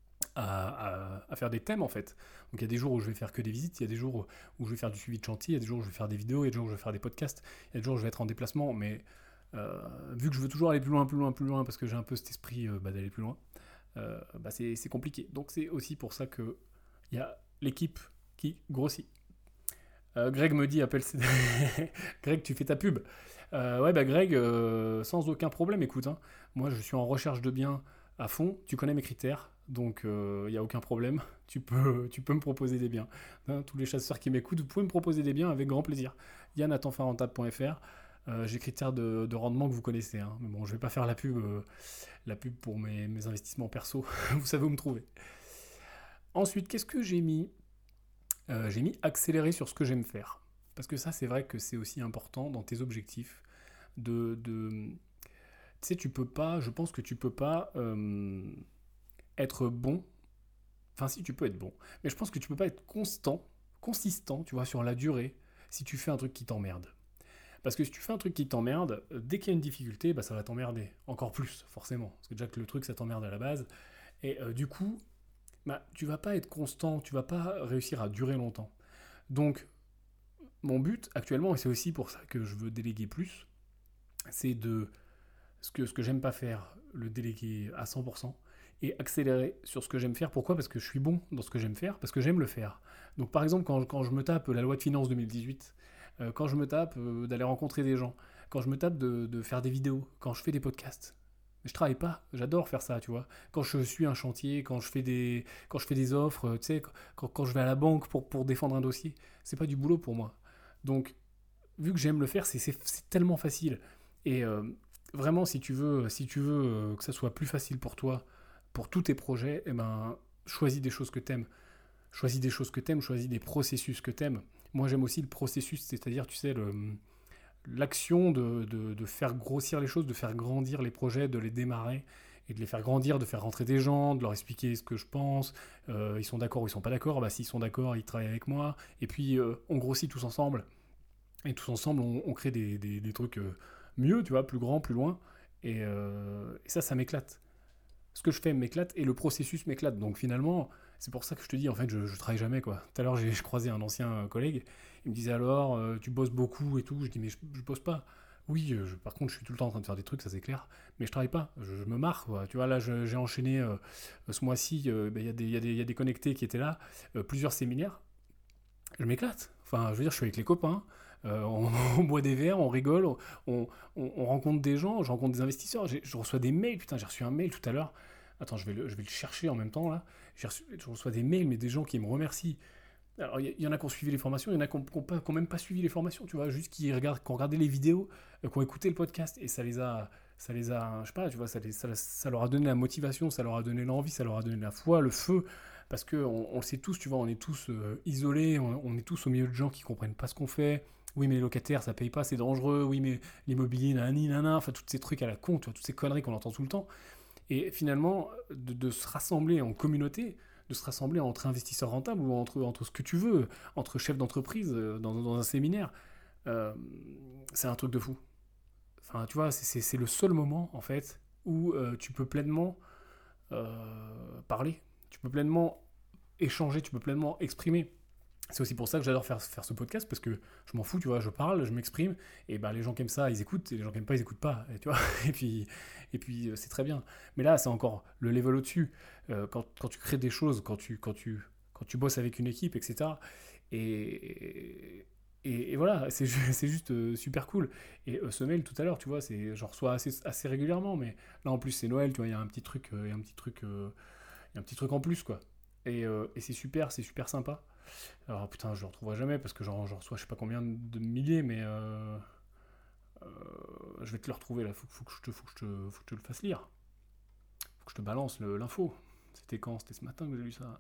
à, à, à faire des thèmes, en fait. Donc il y a des jours où je vais faire que des visites, il y a des jours où je vais faire du suivi de chantier, il y a des jours où je vais faire des vidéos, il y a des jours où je vais faire des podcasts, il y a des jours où je vais être en déplacement. Mais euh, vu que je veux toujours aller plus loin, plus loin, plus loin, parce que j'ai un peu cet esprit euh, bah, d'aller plus loin, euh, bah, c'est, c'est compliqué. Donc c'est aussi pour ça qu'il y a l'équipe qui grossit. Euh, Greg me dit, appelle... Greg, tu fais ta pub. Euh, ouais, bah Greg, euh, sans aucun problème, écoute, hein, moi je suis en recherche de biens à fond, tu connais mes critères, donc il euh, n'y a aucun problème, tu peux, tu peux me proposer des biens. Hein, tous les chasseurs qui m'écoutent, vous pouvez me proposer des biens avec grand plaisir. yann arobase tenfin-rentable point f r, euh, j'ai critères de, de rendement que vous connaissez, hein, mais bon, je vais pas faire la pub, euh, la pub pour mes, mes investissements perso, vous savez où me trouver. Ensuite, qu'est-ce que j'ai mis Euh, J'ai mis accélérer sur ce que j'aime faire. Parce que ça, c'est vrai que c'est aussi important dans tes objectifs. De, de... Tu sais, tu peux pas, je pense que tu peux pas euh, être bon. Enfin, si, tu peux être bon. Mais je pense que tu peux pas être constant, consistant, tu vois, sur la durée, si tu fais un truc qui t'emmerde. Parce que si tu fais un truc qui t'emmerde, euh, dès qu'il y a une difficulté, bah, ça va t'emmerder. Encore plus, forcément. Parce que déjà que le truc, ça t'emmerde à la base. Et euh, du coup, bah, tu vas pas être constant, tu vas pas réussir à durer longtemps. Donc, mon but actuellement, et c'est aussi pour ça que je veux déléguer plus, c'est de ce que, ce que j'aime pas faire, le déléguer à cent pour cent et accélérer sur ce que j'aime faire. Pourquoi ? Parce que je suis bon dans ce que j'aime faire, parce que j'aime le faire. Donc par exemple, quand, quand je me tape la loi de finances deux mille dix-huit, euh, quand je me tape euh, d'aller rencontrer des gens, quand je me tape de, de faire des vidéos, quand je fais des podcasts, je travaille pas, j'adore faire ça, tu vois. Quand je suis un chantier, quand je fais des, quand je fais des offres, tu sais, quand, quand je vais à la banque pour, pour défendre un dossier, c'est pas du boulot pour moi. Donc, vu que j'aime le faire, c'est, c'est, c'est tellement facile. Et euh, vraiment, si tu veux, si tu veux euh, que ça soit plus facile pour toi, pour tous tes projets, eh ben, choisis des choses que t'aimes. Choisis des choses que t'aimes, choisis des processus que t'aimes. Moi, j'aime aussi le processus, c'est-à-dire, tu sais, le, l'action de, de, de faire grossir les choses, de faire grandir les projets, de les démarrer et de les faire grandir, de faire rentrer des gens, de leur expliquer ce que je pense, euh, ils sont d'accord ou ils sont pas d'accord, bah, s'ils sont d'accord, ils travaillent avec moi, et puis euh, on grossit tous ensemble, et tous ensemble on, on crée des, des, des trucs euh, mieux, tu vois, plus grands, plus loin, et, euh, et ça, ça m'éclate. Ce que je fais m'éclate et le processus m'éclate. Donc finalement, c'est pour ça que je te dis, en fait, je, je travaille jamais, quoi. Tout à l'heure, j'ai je croisé un ancien collègue, il me disait alors, euh, tu bosses beaucoup et tout. Je dis, mais je, je bosse pas. Oui, euh, je- par contre, je suis tout le temps en train de faire des trucs, ça c'est clair, mais je travaille pas, je, je me marre, quoi. Tu vois, là, je- j'ai enchaîné euh, ce mois-ci, euh, ben, il y, a des- il y a des- il y a des connectés qui étaient là, euh, plusieurs séminaires, je m'éclate. Enfin, je veux dire, je suis avec les copains, euh, on, on boit des verres, on rigole, on, on- on rencontre des gens, je rencontre des investisseurs, j'ai- je reçois des mails, putain, j'ai reçu un mail tout à l'heure. Attends, je vais le, je vais le chercher en même temps là. J'ai reçu- je reçois des mails, mais des gens qui me remercient. Alors, il y, y en a qui ont suivi les formations, il y en a qui n'ont même pas suivi les formations, tu vois, juste qui, regardent, qui ont regardé les vidéos, euh, qui ont écouté le podcast, et ça les a, ça les a, je sais pas, tu vois, ça, les- ça- ça leur a donné la motivation, ça leur a donné l'envie, ça leur a donné la foi, le feu, parce que on, on le sait tous, tu vois, on est tous euh, isolés, on, on est tous au milieu de gens qui comprennent pas ce qu'on fait. Oui, mais les locataires, ça paye pas, c'est dangereux. Oui, mais l'immobilier, nanani, nanana, enfin, tous ces trucs à la con, tu vois, toutes ces conneries qu'on entend tout le temps. Et finalement, de, de se rassembler en communauté, de se rassembler entre investisseurs rentables ou entre, entre ce que tu veux, entre chefs d'entreprise euh, dans, dans un séminaire, euh, c'est un truc de fou. Enfin, tu vois, c'est, c'est- c'est le seul moment, en fait, où euh, tu peux pleinement euh, parler, tu peux pleinement échanger, tu peux pleinement exprimer. C'est aussi pour ça que j'adore faire, faire ce podcast, parce que je m'en fous, tu vois, je parle, je m'exprime, et ben les gens qui aiment ça, ils écoutent, et les gens qui aiment pas, ils écoutent pas, et tu vois, et puis, et puis euh, c'est très bien. Mais là, c'est encore le level au-dessus. Euh, quand, quand tu crées des choses, quand tu, quand tu, quand tu bosses avec une équipe, et cetera. Et, et, et voilà, c'est ju- c'est juste euh, super cool. Et euh, ce mail tout à l'heure, tu vois, c'est, j'en reçois assez, assez régulièrement, mais là en plus c'est Noël, tu vois, il y a un petit truc, euh, il y a un petit truc, euh, il y a un petit truc en plus, quoi. Et, euh, et c'est super, c'est super sympa. Alors putain, je le retrouverai jamais parce que j'en j'en reçois je sais pas combien de milliers, mais euh, euh, je vais te le retrouver là. Faut, faut, que je te, faut, que je te, faut que je te le fasse lire. Faut que je te balance le- l'info. C'était quand? C'était ce matin que j'ai lu ça.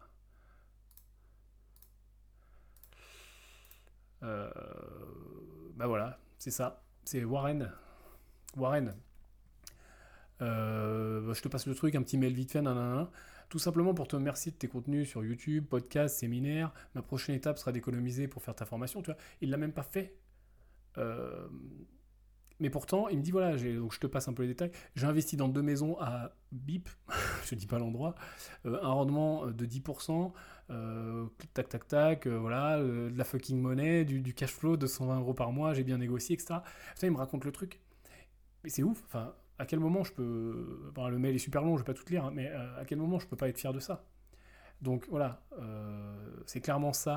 Euh, bah voilà, c'est ça. C'est Warren. Warren. Euh, bah, je te passe le truc, un petit mail vite fait, nanana. Tout simplement pour te remercier de tes contenus sur YouTube, podcast, séminaire. Ma prochaine étape sera d'économiser pour faire ta formation. Tu vois, il l'a même pas fait. Euh, Mais pourtant, il me dit voilà, j'ai- donc je te passe un peu les détails. J'ai investi dans deux maisons à Bip, je dis pas l'endroit, euh, un rendement de dix pour cent, euh, tac tac tac, euh, voilà, euh, de la fucking monnaie, du, du cash flow de cent vingt euros par mois, j'ai bien négocié, et cetera. Putain, il me raconte le truc. Mais c'est ouf, enfin, à quel moment je peux. Enfin, le mail est super long, je vais pas tout lire, hein, mais euh, à quel moment je peux pas être fier de ça? Donc voilà, euh, c'est clairement ça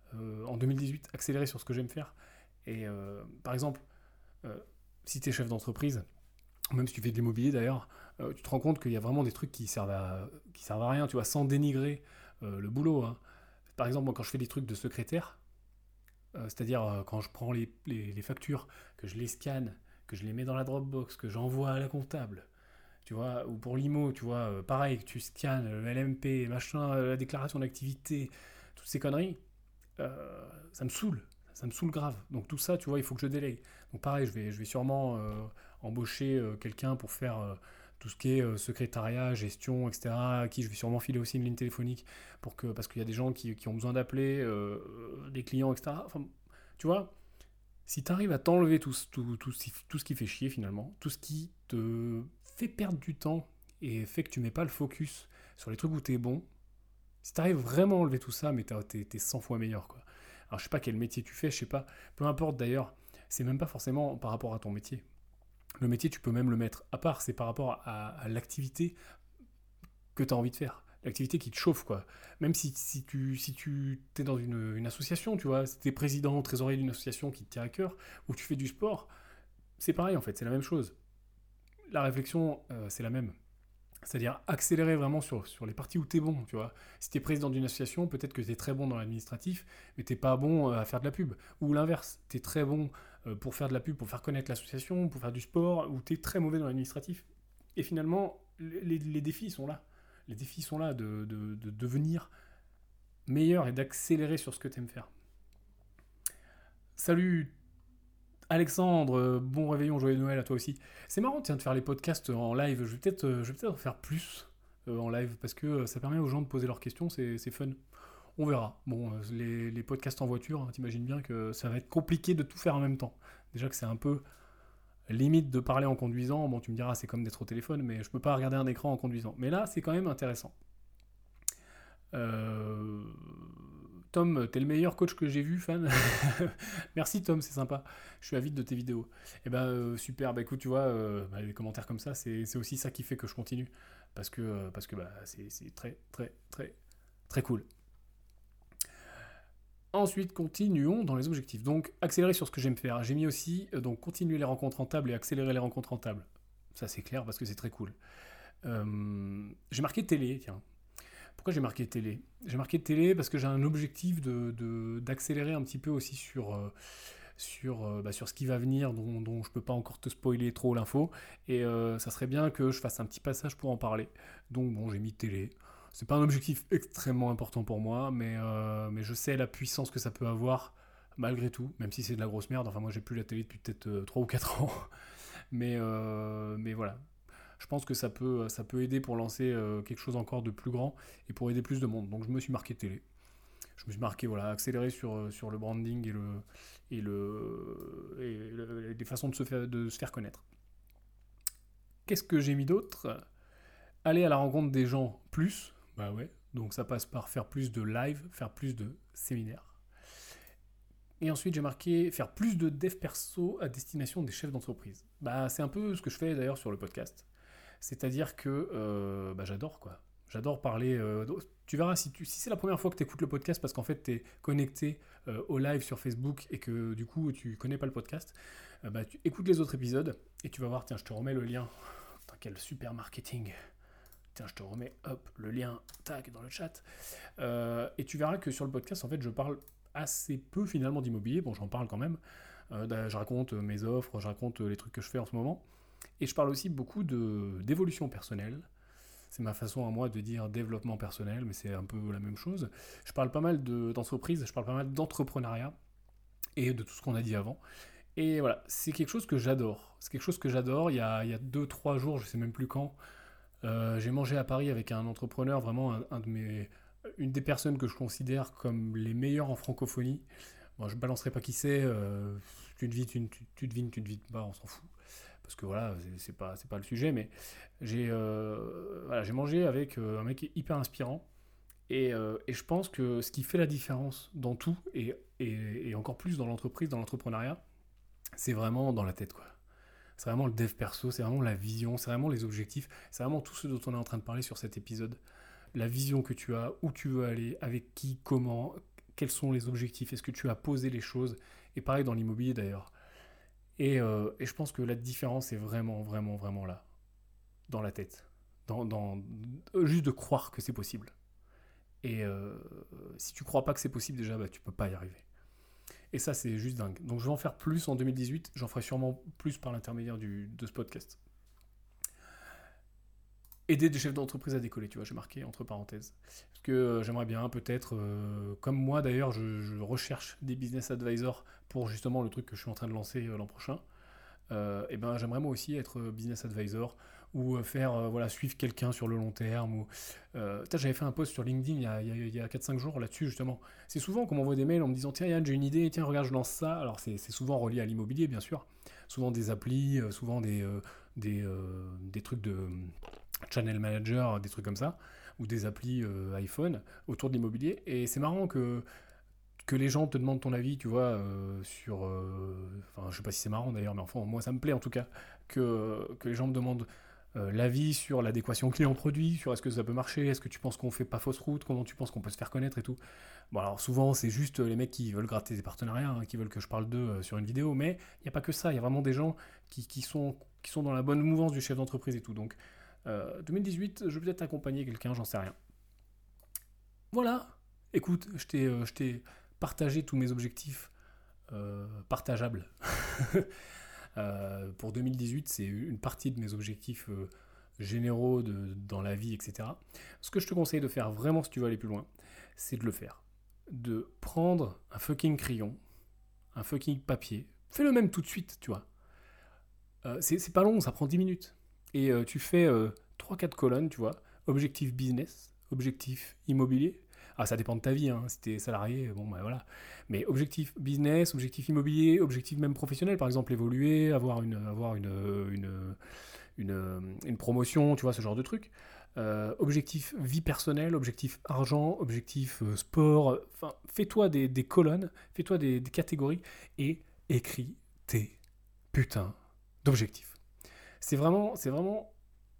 euh, en deux mille dix-huit, accélérer sur ce que j'aime faire. Et euh, par exemple, euh, si tu es chef d'entreprise, même si tu fais de l'immobilier d'ailleurs, euh, tu te rends compte qu'il y a vraiment des trucs qui servent à, qui servent à rien, tu vois, sans dénigrer euh, le boulot. Hein. Par exemple, moi, quand je fais des trucs de secrétaire, euh, c'est-à-dire euh, quand je prends les, les, les factures, que je les scanne, que je les mets dans la Dropbox, que j'envoie à la comptable, tu vois, ou pour l'I M O, tu vois, euh, pareil, que tu scannes le L M P, machin, euh, la déclaration d'activité, toutes ces conneries, euh, ça me saoule, ça me saoule grave. Donc tout ça, tu vois, il faut que je délègue. Donc pareil, je vais, je vais sûrement euh, embaucher euh, quelqu'un pour faire euh, tout ce qui est euh, secrétariat, gestion, et cetera. À qui je vais sûrement filer aussi une ligne téléphonique pour que, parce qu'il y a des gens qui, qui ont besoin d'appeler, euh, des clients, et cetera. Enfin, tu vois, si tu arrives à t'enlever tout, tout, tout, tout ce qui fait chier finalement, tout ce qui te fait perdre du temps et fait que tu mets pas le focus sur les trucs où tu es bon, si tu arrives vraiment à enlever tout ça, mais t'es, t'es cent fois meilleur, quoi. Alors je sais pas quel métier tu fais, je sais pas, peu importe d'ailleurs, c'est même pas forcément par rapport à ton métier. Le métier, tu peux même le mettre à part, c'est par rapport à, à l'activité que tu as envie de faire. L'activité qui te chauffe, quoi. Même si, si tu si tu es dans une, une association, tu vois, si tu es président, trésorier d'une association qui te tient à cœur, ou tu fais du sport, c'est pareil en fait, c'est la même chose. La réflexion, euh, c'est la même. C'est-à-dire accélérer vraiment sur, sur les parties où tu es bon, tu vois. Si tu es président d'une association, peut-être que tu es très bon dans l'administratif, mais tu pas bon euh, à faire de la pub. Ou l'inverse, tu es très bon euh, pour faire de la pub, pour faire connaître l'association, pour faire du sport, ou tu es très mauvais dans l'administratif. Et finalement, les, les défis sont là. Les défis sont là de, de, de devenir meilleur et d'accélérer sur ce que tu aimes faire. Salut Alexandre, euh, bon réveillon, joyeux Noël à toi aussi. C'est marrant tiens, de faire les podcasts en live, je vais peut-être euh, je vais peut-être en faire plus euh, en live, parce que euh, ça permet aux gens de poser leurs questions, c'est, c'est fun. On verra. Bon, euh, les, les podcasts en voiture, hein, t'imagines bien que ça va être compliqué de tout faire en même temps. Déjà que c'est un peu limite de parler en conduisant, bon tu me diras c'est comme d'être au téléphone, mais je peux pas regarder un écran en conduisant. Mais là c'est quand même intéressant. Euh... Tom, t'es le meilleur coach que j'ai vu, fan. Merci Tom, c'est sympa. Je suis avide de tes vidéos. Et ben euh, super, bah écoute, tu vois, euh, bah, les commentaires comme ça, c'est, c'est aussi ça qui fait que je continue. Parce que, euh, parce que bah, c'est, c'est très, très, très, très cool. Ensuite, continuons dans les objectifs. Donc, accélérer sur ce que j'aime faire. J'ai mis aussi, euh, donc, continuer les rencontres rentables et accélérer les rencontres rentables. Ça, c'est clair parce que c'est très cool. Euh, j'ai marqué télé, tiens. Pourquoi j'ai marqué télé? J'ai marqué télé parce que j'ai un objectif de, de- d'accélérer un petit peu aussi sur, euh, sur, euh, bah, sur ce qui va venir, dont, dont je peux pas encore te spoiler trop l'info. Et euh, ça serait bien que je fasse un petit passage pour en parler. Donc bon, j'ai mis télé. C'est pas un objectif extrêmement important pour moi, mais, euh, mais je sais la puissance que ça peut avoir malgré tout, même si c'est de la grosse merde. Enfin, moi j'ai plus la télé depuis peut-être euh, trois ou quatre ans. Mais, euh, mais voilà, je pense que ça peut, ça peut aider pour lancer euh, quelque chose encore de plus grand et pour aider plus de monde. Donc je me suis marqué télé. Je me suis marqué, voilà, accélérer sur, euh, sur le branding et, le, et, le, et le- les façons de se faire, de se faire connaître. Qu'est-ce que j'ai mis d'autre? Aller à la rencontre des gens plus, bah ouais, donc ça passe par faire plus de live, faire plus de séminaires. Et ensuite, j'ai marqué faire plus de dev perso à destination des chefs d'entreprise. Bah, c'est un peu ce que je fais d'ailleurs sur le podcast. C'est-à-dire que euh, bah, j'adore quoi. J'adore parler. Euh, tu verras si, tu, si c'est la première fois que tu écoutes le podcast parce qu'en fait tu es connecté euh, au live sur Facebook et que du coup tu connais pas le podcast, euh, bah, tu écoutes les autres épisodes et tu vas voir. Tiens, je te remets le lien. Putain, quel super marketing. Tiens, je te remets hop le lien tac dans le chat. Euh, et tu verras que sur le podcast en fait je parle assez peu finalement d'immobilier. Bon, j'en parle quand même. Euh, je raconte mes offres, je raconte les trucs que je fais en ce moment. Et je parle aussi beaucoup de, d'évolution personnelle. C'est ma façon à moi de dire développement personnel, mais c'est un peu la même chose. Je parle pas mal de, d'entreprise, je parle pas mal d'entrepreneuriat et de tout ce qu'on a dit avant. Et voilà, c'est quelque chose que j'adore. C'est quelque chose que j'adore. Il y a, il y a deux, trois jours, je sais même plus quand, euh, j'ai mangé à Paris avec un entrepreneur, vraiment un, un de mes, une des personnes que je considère comme les meilleurs en francophonie. Bon, je ne balancerai pas qui c'est. Euh, tu devines, tu, tu, tu devines, tu devines pas, on s'en fout. Parce que voilà, c'est, c'est pas, c'est pas le sujet, mais j'ai, euh, voilà, j'ai mangé avec euh, un mec hyper inspirant. Et, euh, et je pense que ce qui fait la différence dans tout, et, et, et encore plus dans l'entreprise, dans l'entrepreneuriat, c'est vraiment dans la tête, quoi. C'est vraiment le dev perso, c'est vraiment la vision, c'est vraiment les objectifs, c'est vraiment tout ce dont on est en train de parler sur cet épisode. La vision que tu as, où tu veux aller, avec qui, comment, quels sont les objectifs, est-ce que tu as posé les choses, et pareil dans l'immobilier d'ailleurs. Et, euh, et je pense que la différence est vraiment, vraiment, vraiment là, dans la tête, dans, dans, juste de croire que c'est possible. Et euh, si tu crois pas que c'est possible déjà, bah, tu peux pas y arriver. Et ça, c'est juste dingue. Donc je vais en faire plus en deux mille dix-huit, j'en ferai sûrement plus par l'intermédiaire du, de ce podcast. Aider des chefs d'entreprise à décoller, tu vois, j'ai marqué entre parenthèses. Parce que euh, j'aimerais bien peut-être, euh, comme moi d'ailleurs, je, je recherche des business advisors pour justement le truc que je suis en train de lancer euh, l'an prochain. Euh, et ben j'aimerais moi aussi être business advisor ou euh, faire euh, voilà suivre quelqu'un sur le long terme ou euh, j'avais fait un post sur LinkedIn il y a, il y a, a quatre cinq jours là-dessus justement. C'est souvent qu'on m'envoie des mails en me disant tiens Yann j'ai une idée, tiens regarde je lance ça. Alors c'est, c'est souvent relié à l'immobilier bien sûr, souvent des applis, euh, souvent des, euh, des, euh, des trucs de euh, channel manager, des trucs comme ça ou des applis euh, iPhone autour de l'immobilier. Et c'est marrant que que les gens te demandent ton avis, tu vois, euh, sur... euh, Enfin, je sais pas si c'est marrant d'ailleurs, mais enfin, moi ça me plaît en tout cas, que, que les gens me demandent euh, l'avis sur l'adéquation client-produit, sur est-ce que ça peut marcher, est-ce que tu penses qu'on fait pas fausse route, comment tu penses qu'on peut se faire connaître et tout. Bon alors souvent c'est juste les mecs qui veulent gratter des partenariats, hein, qui veulent que je parle d'eux euh, sur une vidéo, mais il n'y a pas que ça, il y a vraiment des gens qui, qui, sont, qui sont dans la bonne mouvance du chef d'entreprise et tout. Donc euh, deux mille dix-huit, je vais peut-être accompagner quelqu'un, j'en sais rien. Voilà, écoute, je t'ai... Euh, je t'ai partager tous mes objectifs euh, partageables. euh, pour deux mille dix-huit, c'est une partie de mes objectifs euh, généraux de, dans la vie, et cetera. Ce que je te conseille de faire vraiment si tu veux aller plus loin, c'est de le faire. De prendre un fucking crayon, un fucking papier, fais-le même tout de suite, tu vois. Euh, c'est, c'est pas long, ça prend dix minutes. Et euh, tu fais euh, trois quatre colonnes, tu vois. Objectif business, objectif immobilier. Ah, ça dépend de ta vie, hein. Si t'es salarié, bon, bah voilà. Mais objectif business, objectif immobilier, objectif même professionnel, par exemple, évoluer, avoir une, avoir une, une, une, une promotion, tu vois, ce genre de truc. Euh, objectif vie personnelle, objectif argent, objectif euh, sport. Enfin, fais-toi des, des colonnes, fais-toi des, des catégories et écris tes putains d'objectifs. C'est vraiment, c'est vraiment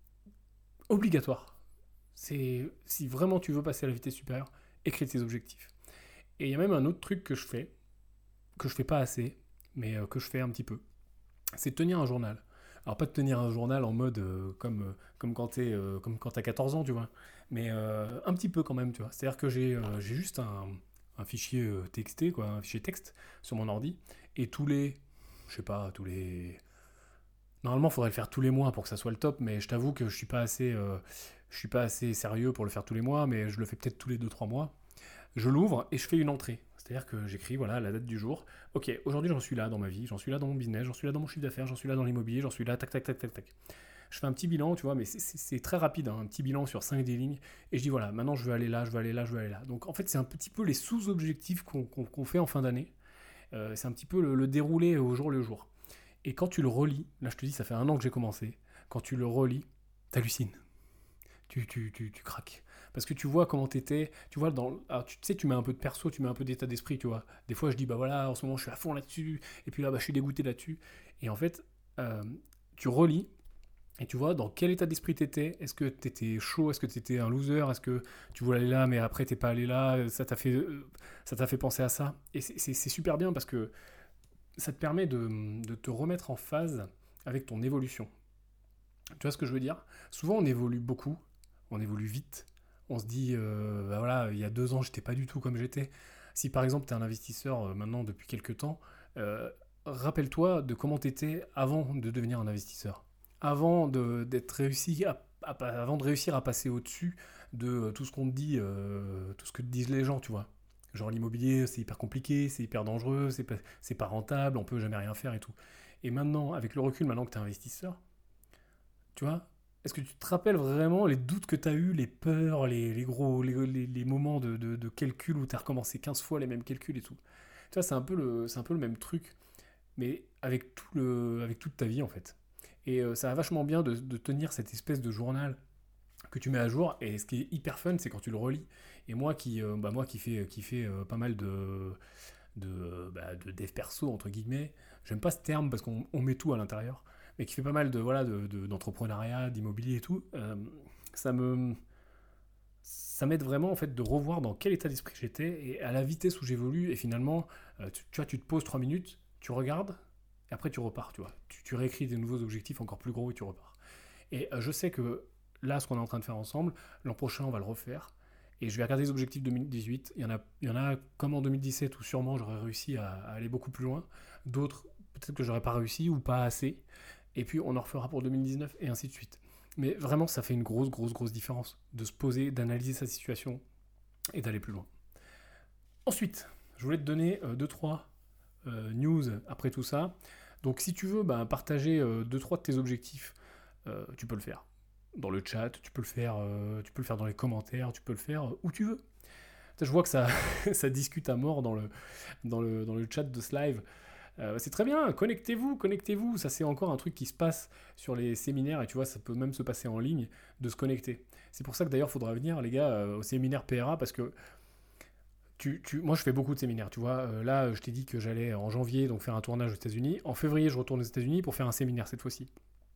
obligatoire. C'est, si vraiment tu veux passer à la vitesse supérieure, écris tes objectifs. Et il y a même un autre truc que je fais, que je fais pas assez, mais euh, que je fais un petit peu, c'est de tenir un journal. Alors pas de tenir un journal en mode euh, comme, euh, comme quand t'es, euh, comme quand t'as quatorze ans, tu vois, mais euh, un petit peu quand même, tu vois. C'est-à-dire que j'ai, euh, j'ai juste un, un fichier euh, texté, quoi, un fichier texte sur mon ordi, et tous les, je sais pas, tous les... Normalement, il faudrait le faire tous les mois pour que ça soit le top, mais je t'avoue que je suis pas assez, euh, je suis pas assez sérieux pour le faire tous les mois, mais je le fais peut-être tous les deux trois mois. Je l'ouvre et je fais une entrée. C'est-à-dire que j'écris voilà la date du jour. Ok, aujourd'hui j'en suis là dans ma vie, j'en suis là dans mon business, j'en suis là dans mon chiffre d'affaires, j'en suis là dans l'immobilier, j'en suis là, tac, tac, tac, tac, tac. Je fais un petit bilan, tu vois, mais c'est, c'est, c'est très rapide, hein, un petit bilan sur cinq des lignes. Et je dis voilà, maintenant je veux aller là, je veux aller là, je veux aller là. Donc en fait, c'est un petit peu les sous-objectifs qu'on, qu'on, qu'on fait en fin d'année. Euh, c'est un petit peu le, le déroulé au jour le jour. Et quand tu le relis, là je te dis, ça fait un an que j'ai commencé, quand tu le relis, t'hallucines. Tu, tu, tu, tu craques. Parce que tu vois comment t'étais, tu vois, dans, alors, tu sais, tu mets un peu de perso, tu mets un peu d'état d'esprit, tu vois. Des fois, je dis, bah voilà, en ce moment, je suis à fond là-dessus, et puis là, bah, je suis dégoûté là-dessus. Et en fait, euh, tu relis, et tu vois dans quel état d'esprit t'étais. Est-ce que t'étais chaud, est-ce que t'étais un loser, est-ce que tu voulais aller là, mais après, t'es pas allé là, ça t'a fait, euh, ça t'a fait penser à ça. Et c'est, c'est, c'est super bien parce que ça te permet de, de te remettre en phase avec ton évolution. Tu vois ce que je veux dire? Souvent, on évolue beaucoup, on évolue vite. On se dit, euh, bah voilà, il y a deux ans, j'étais pas du tout comme j'étais. Si par exemple, tu es un investisseur euh, maintenant depuis quelques temps, euh, rappelle-toi de comment tu étais avant de devenir un investisseur. Avant de, d'être réussi à, à- avant de réussir à passer au-dessus de euh, tout ce qu'on te dit, euh, tout ce que te disent les gens, tu vois. Genre l'immobilier, c'est hyper compliqué, c'est hyper dangereux, c'est pas, c'est pas rentable, on peut jamais rien faire et tout. Et maintenant, avec le recul, maintenant que tu es investisseur, tu vois, est-ce que tu te rappelles vraiment les doutes que tu as eus, les peurs, les, les gros, les, les- les moments de, de- de calcul où tu as recommencé quinze fois les mêmes calculs et tout. Tu vois, c'est un peu le, c'est un peu le même truc, mais avec, tout le, avec toute ta vie en fait. Et euh, ça va vachement bien de, de tenir cette espèce de journal que tu mets à jour. Et ce qui est hyper fun, c'est quand tu le relis. Et moi qui, euh, bah, moi qui fais, qui fais euh, pas mal de, de, bah, de dev perso, entre guillemets, j'aime pas ce terme parce qu'on on met tout à l'intérieur, mais qui fait pas mal de, voilà, de, de- d'entrepreneuriat, d'immobilier et tout, euh, ça me ça m'aide vraiment en fait de revoir dans quel état d'esprit j'étais et à la vitesse où j'évolue. Et finalement, euh, tu, tu vois, tu te poses trois minutes, tu regardes, et après tu repars, tu vois. Tu, tu réécris des nouveaux objectifs encore plus gros et tu repars. Et euh, je sais que là, ce qu'on est en train de faire ensemble, l'an prochain, on va le refaire. Et je vais regarder les objectifs deux mille dix-huit. Il y en a, il y en a comme en deux mille dix-sept où sûrement j'aurais réussi à, à aller beaucoup plus loin. D'autres, peut-être que j'aurais pas réussi ou pas assez. Et puis on en refera pour deux mille dix-neuf et ainsi de suite. Mais vraiment, ça fait une grosse, grosse, grosse différence de se poser, d'analyser sa situation et d'aller plus loin. Ensuite, je voulais te donner euh, deux trois euh, news après tout ça. Donc si tu veux bah, partager euh, deux trois de tes objectifs, euh, tu peux le faire dans le chat, tu peux le faire, euh, tu peux le faire dans les commentaires, tu peux le faire euh, où tu veux. Je vois que ça, ça discute à mort dans le, dans le, dans le chat de ce live. Euh, c'est très bien, connectez-vous, connectez-vous. Ça, c'est encore un truc qui se passe sur les séminaires et tu vois, ça peut même se passer en ligne de se connecter. C'est pour ça que d'ailleurs, il faudra venir, les gars, euh, au séminaire P R A parce que tu, tu, moi, je fais beaucoup de séminaires. Tu vois, euh, là, je t'ai dit que j'allais en janvier donc faire un tournage aux États-Unis. En février, je retourne aux États-Unis pour faire un séminaire cette fois-ci.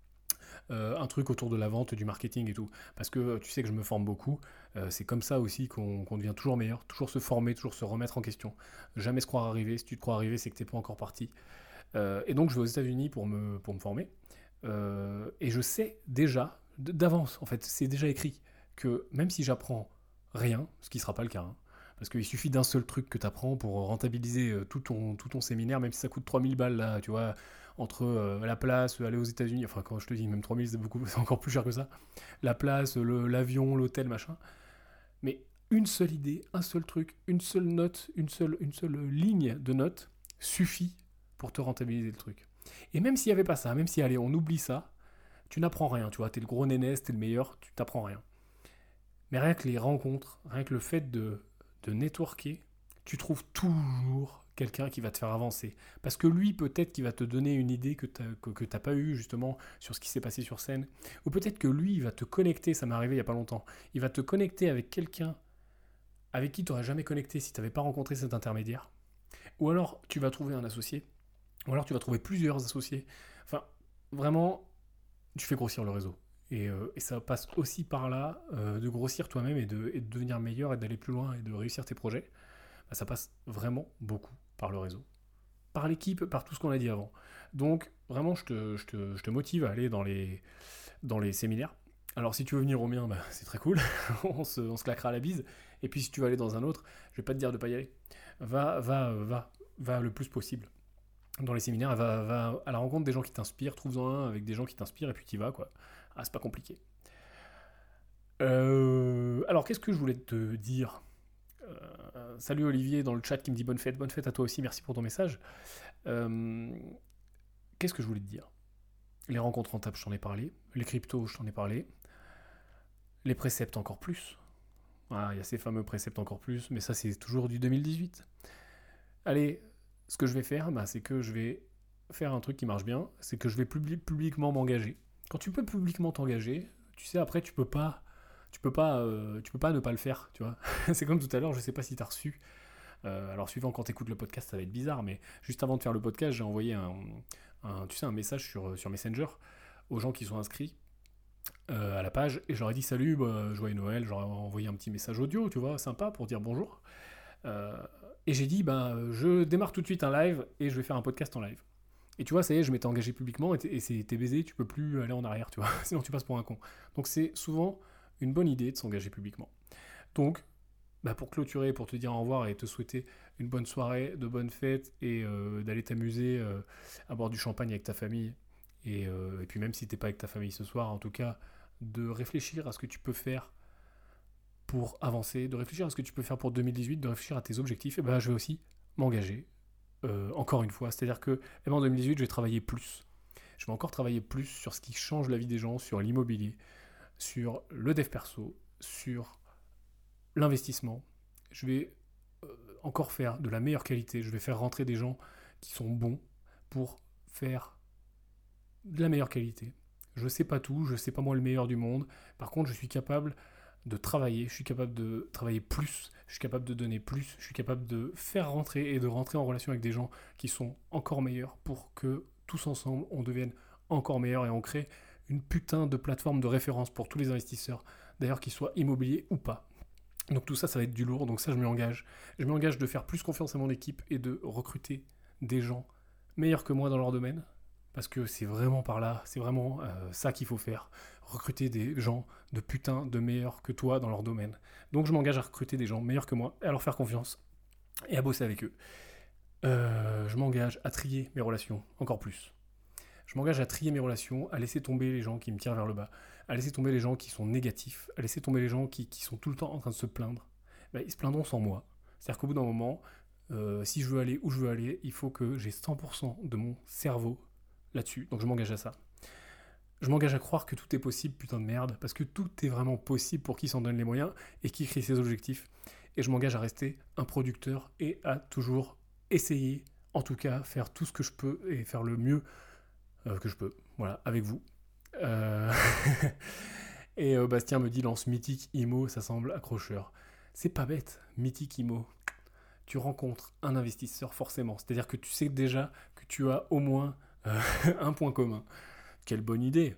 Euh, un truc autour de la vente, du marketing et tout. Parce que tu sais que je me forme beaucoup. Euh, c'est comme ça aussi qu'on, qu'on devient toujours meilleur, toujours se former, toujours se remettre en question. Jamais se croire arrivé. Si tu te crois arrivé, c'est que t'es pas encore parti. Euh, et donc je vais aux États-Unis pour me, pour me former. Euh, et je sais déjà, d'avance, en fait, c'est déjà écrit, que même si j'apprends rien, ce qui ne sera pas le cas, hein, parce qu'il suffit d'un seul truc que tu apprends pour rentabiliser tout ton, tout ton séminaire, même si ça coûte trois mille balles, là, tu vois, entre euh, la place, aller aux États-Unis, enfin, quand je te dis, même trois mille, c'est, beaucoup, c'est encore plus cher que ça, la place, le, l'avion, l'hôtel, machin. Mais une seule idée, un seul truc, une seule note, une seule, une seule ligne de note suffit pour te rentabiliser le truc. Et même s'il n'y avait pas ça, même si, allez, on oublie ça, tu n'apprends rien, tu vois, t'es le gros nénès, t'es le meilleur, tu t'apprends rien. Mais rien que les rencontres, rien que le fait de, de networker, tu trouves toujours quelqu'un qui va te faire avancer. Parce que lui, peut-être qu'il va te donner une idée que tu n'as que, que pas eue, justement, sur ce qui s'est passé sur scène. Ou peut-être que lui, il va te connecter, ça m'est arrivé il n'y a pas longtemps, il va te connecter avec quelqu'un avec qui tu n'aurais jamais connecté si tu n'avais pas rencontré cet intermédiaire. Ou alors, tu vas trouver un associé, ou alors tu vas trouver plusieurs associés. Enfin, vraiment, tu fais grossir le réseau. Et, euh, et ça passe aussi par là, euh, de grossir toi-même et de, et de devenir meilleur et d'aller plus loin et de réussir tes projets. Bah, ça passe vraiment beaucoup par le réseau. Par l'équipe, par tout ce qu'on a dit avant. Donc, vraiment, je te, je te, je te motive à aller dans les, dans les séminaires. Alors, si tu veux venir au mien, bah, c'est très cool. on, se, on se claquera la bise. Et puis, si tu veux aller dans un autre, je vais pas te dire de pas y aller. Va, va, va, va le plus possible dans les séminaires, va, va à la rencontre des gens qui t'inspirent, trouve-en un avec des gens qui t'inspirent et puis t'y vas, quoi. Ah, c'est pas compliqué. Euh, alors, qu'est-ce que je voulais te dire? Euh, Salut Olivier dans le chat qui me dit bonne fête, bonne fête à toi aussi, merci pour ton message. Euh, qu'est-ce que je voulais te dire? Les rencontres rentables, je t'en ai parlé. Les cryptos, je t'en ai parlé. Les préceptes, encore plus. Ah, il y a ces fameux préceptes encore plus, mais ça, c'est toujours du deux mille dix-huit. Allez, ce que je vais faire, bah, c'est que je vais faire un truc qui marche bien, c'est que je vais publi- publiquement m'engager. Quand tu peux publiquement t'engager, tu sais, après, tu peux pas, tu peux pas, euh, tu peux pas ne pas le faire, tu vois. C'est comme tout à l'heure, je sais pas si tu as reçu. Euh, alors, suivant quand tu écoutes le podcast, ça va être bizarre, mais juste avant de faire le podcast, j'ai envoyé un, un, tu sais, un message sur, sur Messenger aux gens qui sont inscrits euh, à la page et je leur ai dit salut, bah, joyeux Noël, je leur ai envoyé un petit message audio, tu vois, sympa pour dire bonjour. Euh, et j'ai dit, ben, je démarre tout de suite un live et je vais faire un podcast en live. Et tu vois, ça y est, je m'étais engagé publiquement et t'es, et c'est, t'es baisé, tu peux plus aller en arrière, tu vois, sinon tu passes pour un con. Donc c'est souvent une bonne idée de s'engager publiquement. Donc, bah, pour clôturer, pour te dire au revoir et te souhaiter une bonne soirée, de bonnes fêtes et euh, d'aller t'amuser euh, à boire du champagne avec ta famille. Et, euh, et puis même si t'es pas avec ta famille ce soir, en tout cas, de réfléchir à ce que tu peux faire pour avancer, de réfléchir à ce que tu peux faire pour deux mille dix-huit, de réfléchir à tes objectifs, et ben je vais aussi m'engager, euh, encore une fois. C'est-à-dire que même en deux mille dix-huit, je vais travailler plus. Je vais encore travailler plus sur ce qui change la vie des gens, sur l'immobilier, sur le dev perso, sur l'investissement. Je vais euh, encore faire de la meilleure qualité. Je vais faire rentrer des gens qui sont bons pour faire de la meilleure qualité. Je ne sais pas tout, je ne sais pas moi le meilleur du monde. Par contre, je suis capable de travailler, je suis capable de travailler plus, je suis capable de donner plus, je suis capable de faire rentrer et de rentrer en relation avec des gens qui sont encore meilleurs pour que tous ensemble, on devienne encore meilleurs et on crée une putain de plateforme de référence pour tous les investisseurs, d'ailleurs qu'ils soient immobiliers ou pas. Donc tout ça, ça va être du lourd, donc ça je m'y engage. Je m'y engage de faire plus confiance à mon équipe et de recruter des gens meilleurs que moi dans leur domaine, parce que c'est vraiment par là, c'est vraiment euh, ça qu'il faut faire. Recruter des gens de putain de meilleurs que toi dans leur domaine. Donc je m'engage à recruter des gens meilleurs que moi, et à leur faire confiance, et à bosser avec eux. Euh, je m'engage à trier mes relations, encore plus. Je m'engage à trier mes relations, à laisser tomber les gens qui me tirent vers le bas, à laisser tomber les gens qui sont négatifs, à laisser tomber les gens qui, qui sont tout le temps en train de se plaindre. Ben, ils se plaindront sans moi. C'est-à-dire qu'au bout d'un moment, euh, si je veux aller où je veux aller, il faut que j'ai cent pour cent de mon cerveau là-dessus. Donc je m'engage à ça. Je m'engage à croire que tout est possible, putain de merde, parce que tout est vraiment possible pour qui s'en donne les moyens et qui crée ses objectifs. Et je m'engage à rester un producteur et à toujours essayer, en tout cas, faire tout ce que je peux et faire le mieux euh, que je peux, voilà, avec vous. Euh... et euh, Bastien me dit lance Mythique Imo, ça semble accrocheur. C'est pas bête, Mythique Imo. Tu rencontres un investisseur forcément, c'est-à-dire que tu sais déjà que tu as au moins euh, un point commun. Quelle bonne idée.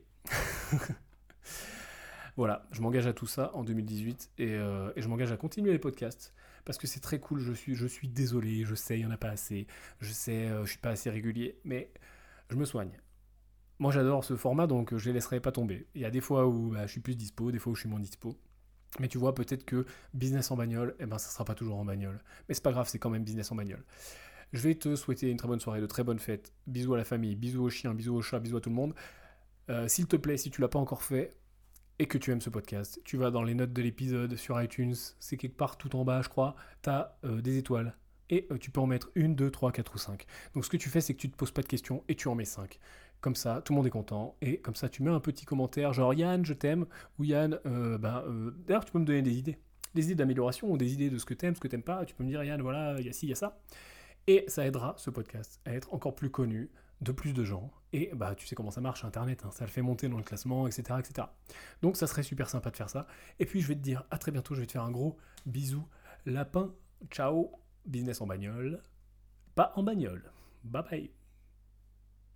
Voilà, je m'engage à tout ça en deux mille dix-huit et, euh, et je m'engage à continuer les podcasts parce que c'est très cool. Je suis, je suis désolé, je sais, il n'y en a pas assez. Je sais, euh, je suis pas assez régulier, mais je me soigne. Moi j'adore ce format donc je les laisserai pas tomber. Il y a des fois où bah, je suis plus dispo, des fois où je suis moins dispo. Mais tu vois, peut-être que business en bagnole, eh ben, ça sera pas toujours en bagnole. Mais c'est pas grave, c'est quand même business en bagnole. Je vais te souhaiter une très bonne soirée, de très bonnes fêtes. Bisous à la famille, bisous aux chiens, bisous aux chats, bisous à tout le monde. Euh, s'il te plaît, si tu l'as pas encore fait et que tu aimes ce podcast, tu vas dans les notes de l'épisode sur iTunes, c'est quelque part tout en bas, je crois, tu as euh, des étoiles. Et euh, tu peux en mettre une, deux, trois, quatre ou cinq. Donc ce que tu fais, c'est que tu te poses pas de questions et tu en mets cinq. Comme ça, tout le monde est content. Et comme ça, tu mets un petit commentaire genre Yann, je t'aime. Ou Yann, euh, ben, euh, d'ailleurs, tu peux me donner des idées. Des idées d'amélioration ou des idées de ce que t'aimes, ce que t'aimes pas. Tu peux me dire Yann, voilà, il y a ci, il y a ça. Et ça aidera ce podcast à être encore plus connu de plus de gens. Et bah tu sais comment ça marche, Internet, hein, ça le fait monter dans le classement, et cetera, et cetera. Donc ça serait super sympa de faire ça. Et puis je vais te dire à très bientôt, je vais te faire un gros bisou, lapin, ciao, business en bagnole, pas en bagnole. Bye bye.